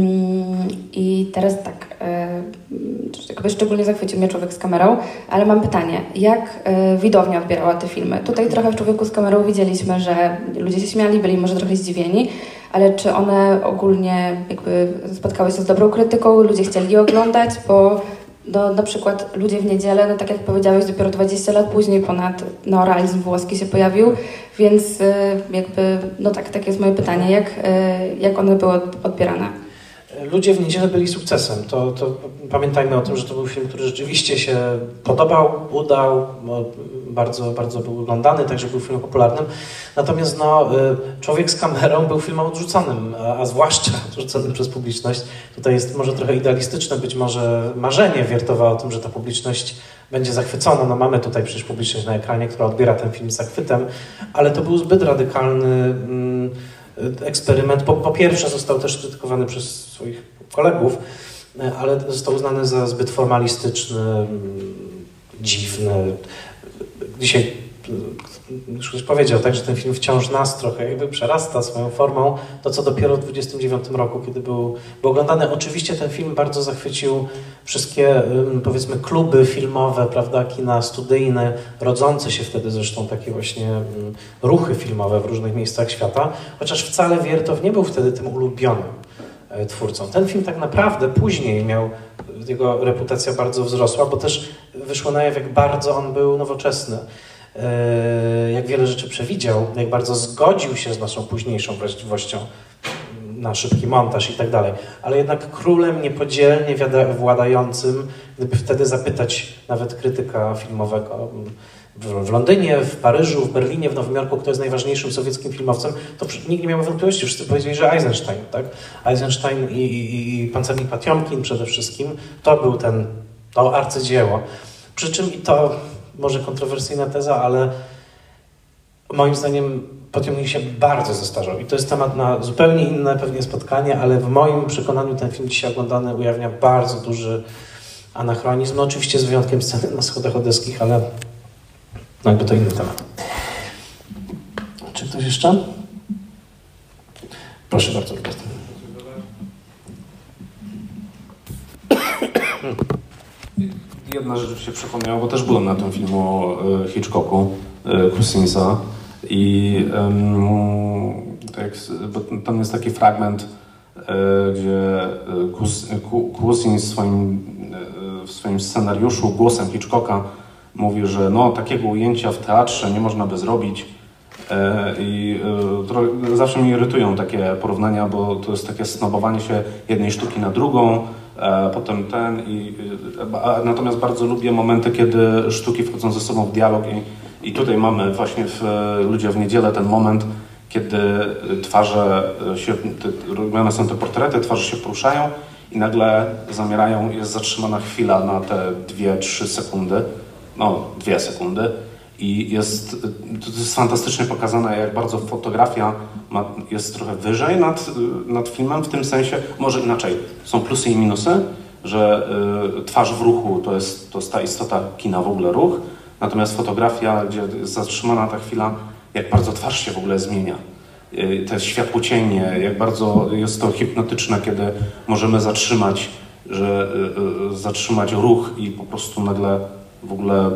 I teraz tak, jakby szczególnie zachwycił mnie Człowiek z kamerą, ale mam pytanie, jak widownia odbierała te filmy? Tutaj trochę w Człowieku z kamerą widzieliśmy, że ludzie się śmiali, byli może trochę zdziwieni, ale czy one ogólnie jakby spotkały się z dobrą krytyką, ludzie chcieli je oglądać, bo na przykład Ludzie w niedzielę, no tak jak powiedziałeś, dopiero 20 lat później ponad neorealizm włoski się pojawił, więc jakby, no tak, takie jest moje pytanie, jak one były odbierane? Ludzie w niedzielę byli sukcesem. To pamiętajmy o tym, że to był film, który rzeczywiście się podobał, udał, bardzo, bardzo był oglądany, także był filmem popularnym. Natomiast Człowiek z kamerą był filmem odrzuconym, a zwłaszcza odrzuconym przez publiczność. Tutaj jest może trochę idealistyczne być może marzenie Wiertowa o tym, że ta publiczność będzie zachwycona. No mamy tutaj przecież publiczność na ekranie, która odbiera ten film z zachwytem, ale to był zbyt radykalny eksperyment. Po pierwsze został też krytykowany przez swoich kolegów, ale został uznany za zbyt formalistyczny, dziwny. Dzisiaj już ktoś powiedział, tak, że ten film wciąż nas trochę jakby przerasta swoją formą, to co dopiero w 1929 roku, kiedy był oglądany. Oczywiście ten film bardzo zachwycił wszystkie, powiedzmy, kluby filmowe, prawda, kina studyjne, rodzące się wtedy zresztą takie właśnie ruchy filmowe w różnych miejscach świata, chociaż wcale Wiertow nie był wtedy tym ulubionym twórcą. Ten film tak naprawdę później jego reputacja bardzo wzrosła, bo też wyszło na jaw, jak bardzo on był nowoczesny. Jak wiele rzeczy przewidział, jak bardzo zgodził się z naszą późniejszą wrażliwością na szybki montaż i tak dalej. Ale jednak królem niepodzielnie władającym, gdyby wtedy zapytać nawet krytyka filmowego, w Londynie, w Paryżu, w Berlinie, w Nowym Jorku, kto jest najważniejszym sowieckim filmowcem, to nikt nie miał wątpliwości. Wszyscy powiedzieli, że Eisenstein, tak? Eisenstein i Pancernik Patiomkin przede wszystkim, to był to arcydzieło. Przy czym, i to może kontrowersyjna teza, ale moim zdaniem Patiomkin się bardzo zestarzał. I to jest temat na zupełnie inne pewnie spotkanie, ale w moim przekonaniu ten film dzisiaj oglądany ujawnia bardzo duży anachronizm. No oczywiście z wyjątkiem sceny na schodach odeskich, ale no jakby to inny temat. Czy ktoś jeszcze? Proszę bardzo, Robert. Jedna rzecz się przypomniała, bo też byłem na tym filmu Hitchcocku, Cousinsa i bo tam jest taki fragment, gdzie Cousins w swoim scenariuszu głosem Hitchcocka mówi, że no, takiego ujęcia w teatrze nie można by zrobić i zawsze mnie irytują takie porównania, bo to jest takie snobowanie się jednej sztuki na drugą, potem natomiast bardzo lubię momenty, kiedy sztuki wchodzą ze sobą w dialog i tutaj mamy właśnie w Ludzie w niedzielę ten moment, kiedy twarze się, robione są te portrety, twarze się poruszają i nagle zamierają, jest zatrzymana chwila na te 2-3 sekundy, no 2 sekundy i to jest fantastycznie pokazane, jak bardzo fotografia jest trochę wyżej nad filmem, w tym sensie, może inaczej, są plusy i minusy, że twarz w ruchu to jest ta istota kina, w ogóle ruch, natomiast fotografia, gdzie jest zatrzymana ta chwila, jak bardzo twarz się w ogóle zmienia. Te światłocienie, jak bardzo jest to hipnotyczne, kiedy możemy zatrzymać ruch i po prostu nagle w ogóle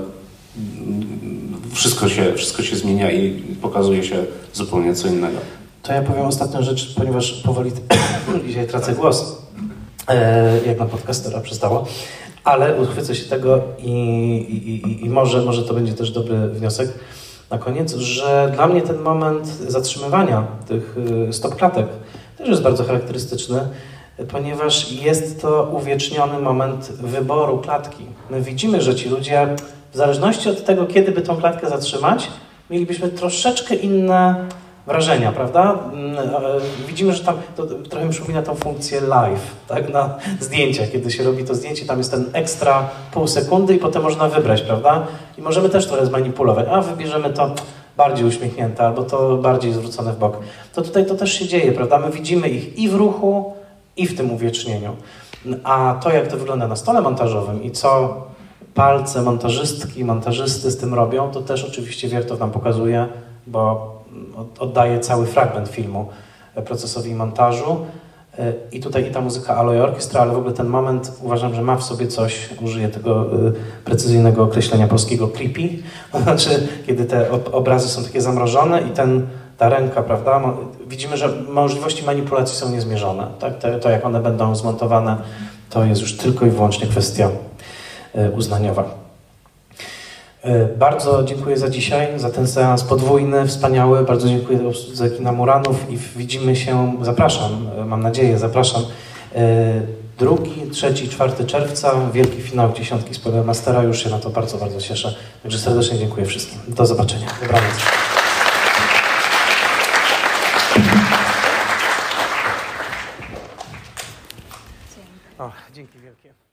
wszystko się zmienia i pokazuje się zupełnie co innego. To ja powiem ostatnią rzecz, ponieważ powoli dzisiaj tracę głos, jak na podcastera przystało, ale uchwycę się tego i może to będzie też dobry wniosek na koniec, że dla mnie ten moment zatrzymywania tych stopklatek też jest bardzo charakterystyczny, ponieważ jest to uwieczniony moment wyboru klatki. My widzimy, że ci ludzie, w zależności od tego, kiedy by tą klatkę zatrzymać, mielibyśmy troszeczkę inne wrażenia, prawda? Widzimy, że tam, to trochę mi przypomina tą funkcję live, tak? Na zdjęciach, kiedy się robi to zdjęcie, tam jest ten ekstra pół sekundy i potem można wybrać, prawda? I możemy też trochę zmanipulować, wybierzemy to bardziej uśmiechnięte, albo to bardziej zwrócone w bok. To tutaj to też się dzieje, prawda? My widzimy ich i w ruchu, i w tym uwiecznieniu. A to, jak to wygląda na stole montażowym i co palce montażystki, montażysty z tym robią, to też oczywiście Wiertow nam pokazuje, bo oddaje cały fragment filmu procesowi montażu. I tutaj i ta muzyka Aloe Orchestra, ale w ogóle ten moment uważam, że ma w sobie coś, użyję tego precyzyjnego określenia polskiego, creepy. To znaczy, kiedy te obrazy są takie zamrożone i ta ręka, prawda, widzimy, że możliwości manipulacji są niezmierzone. Tak? To jak one będą zmontowane, to jest już tylko i wyłącznie kwestia uznaniowa. Bardzo dziękuję za dzisiaj, za ten seans podwójny, wspaniały. Bardzo dziękuję za kina Muranów i widzimy się, zapraszam, mam nadzieję, zapraszam 2, 3, 4 czerwca, wielki finał 10 Spoilermastera, już się na to bardzo, bardzo cieszę. Także serdecznie dziękuję wszystkim. Do zobaczenia. Dobranoc. Dzięki wielkie.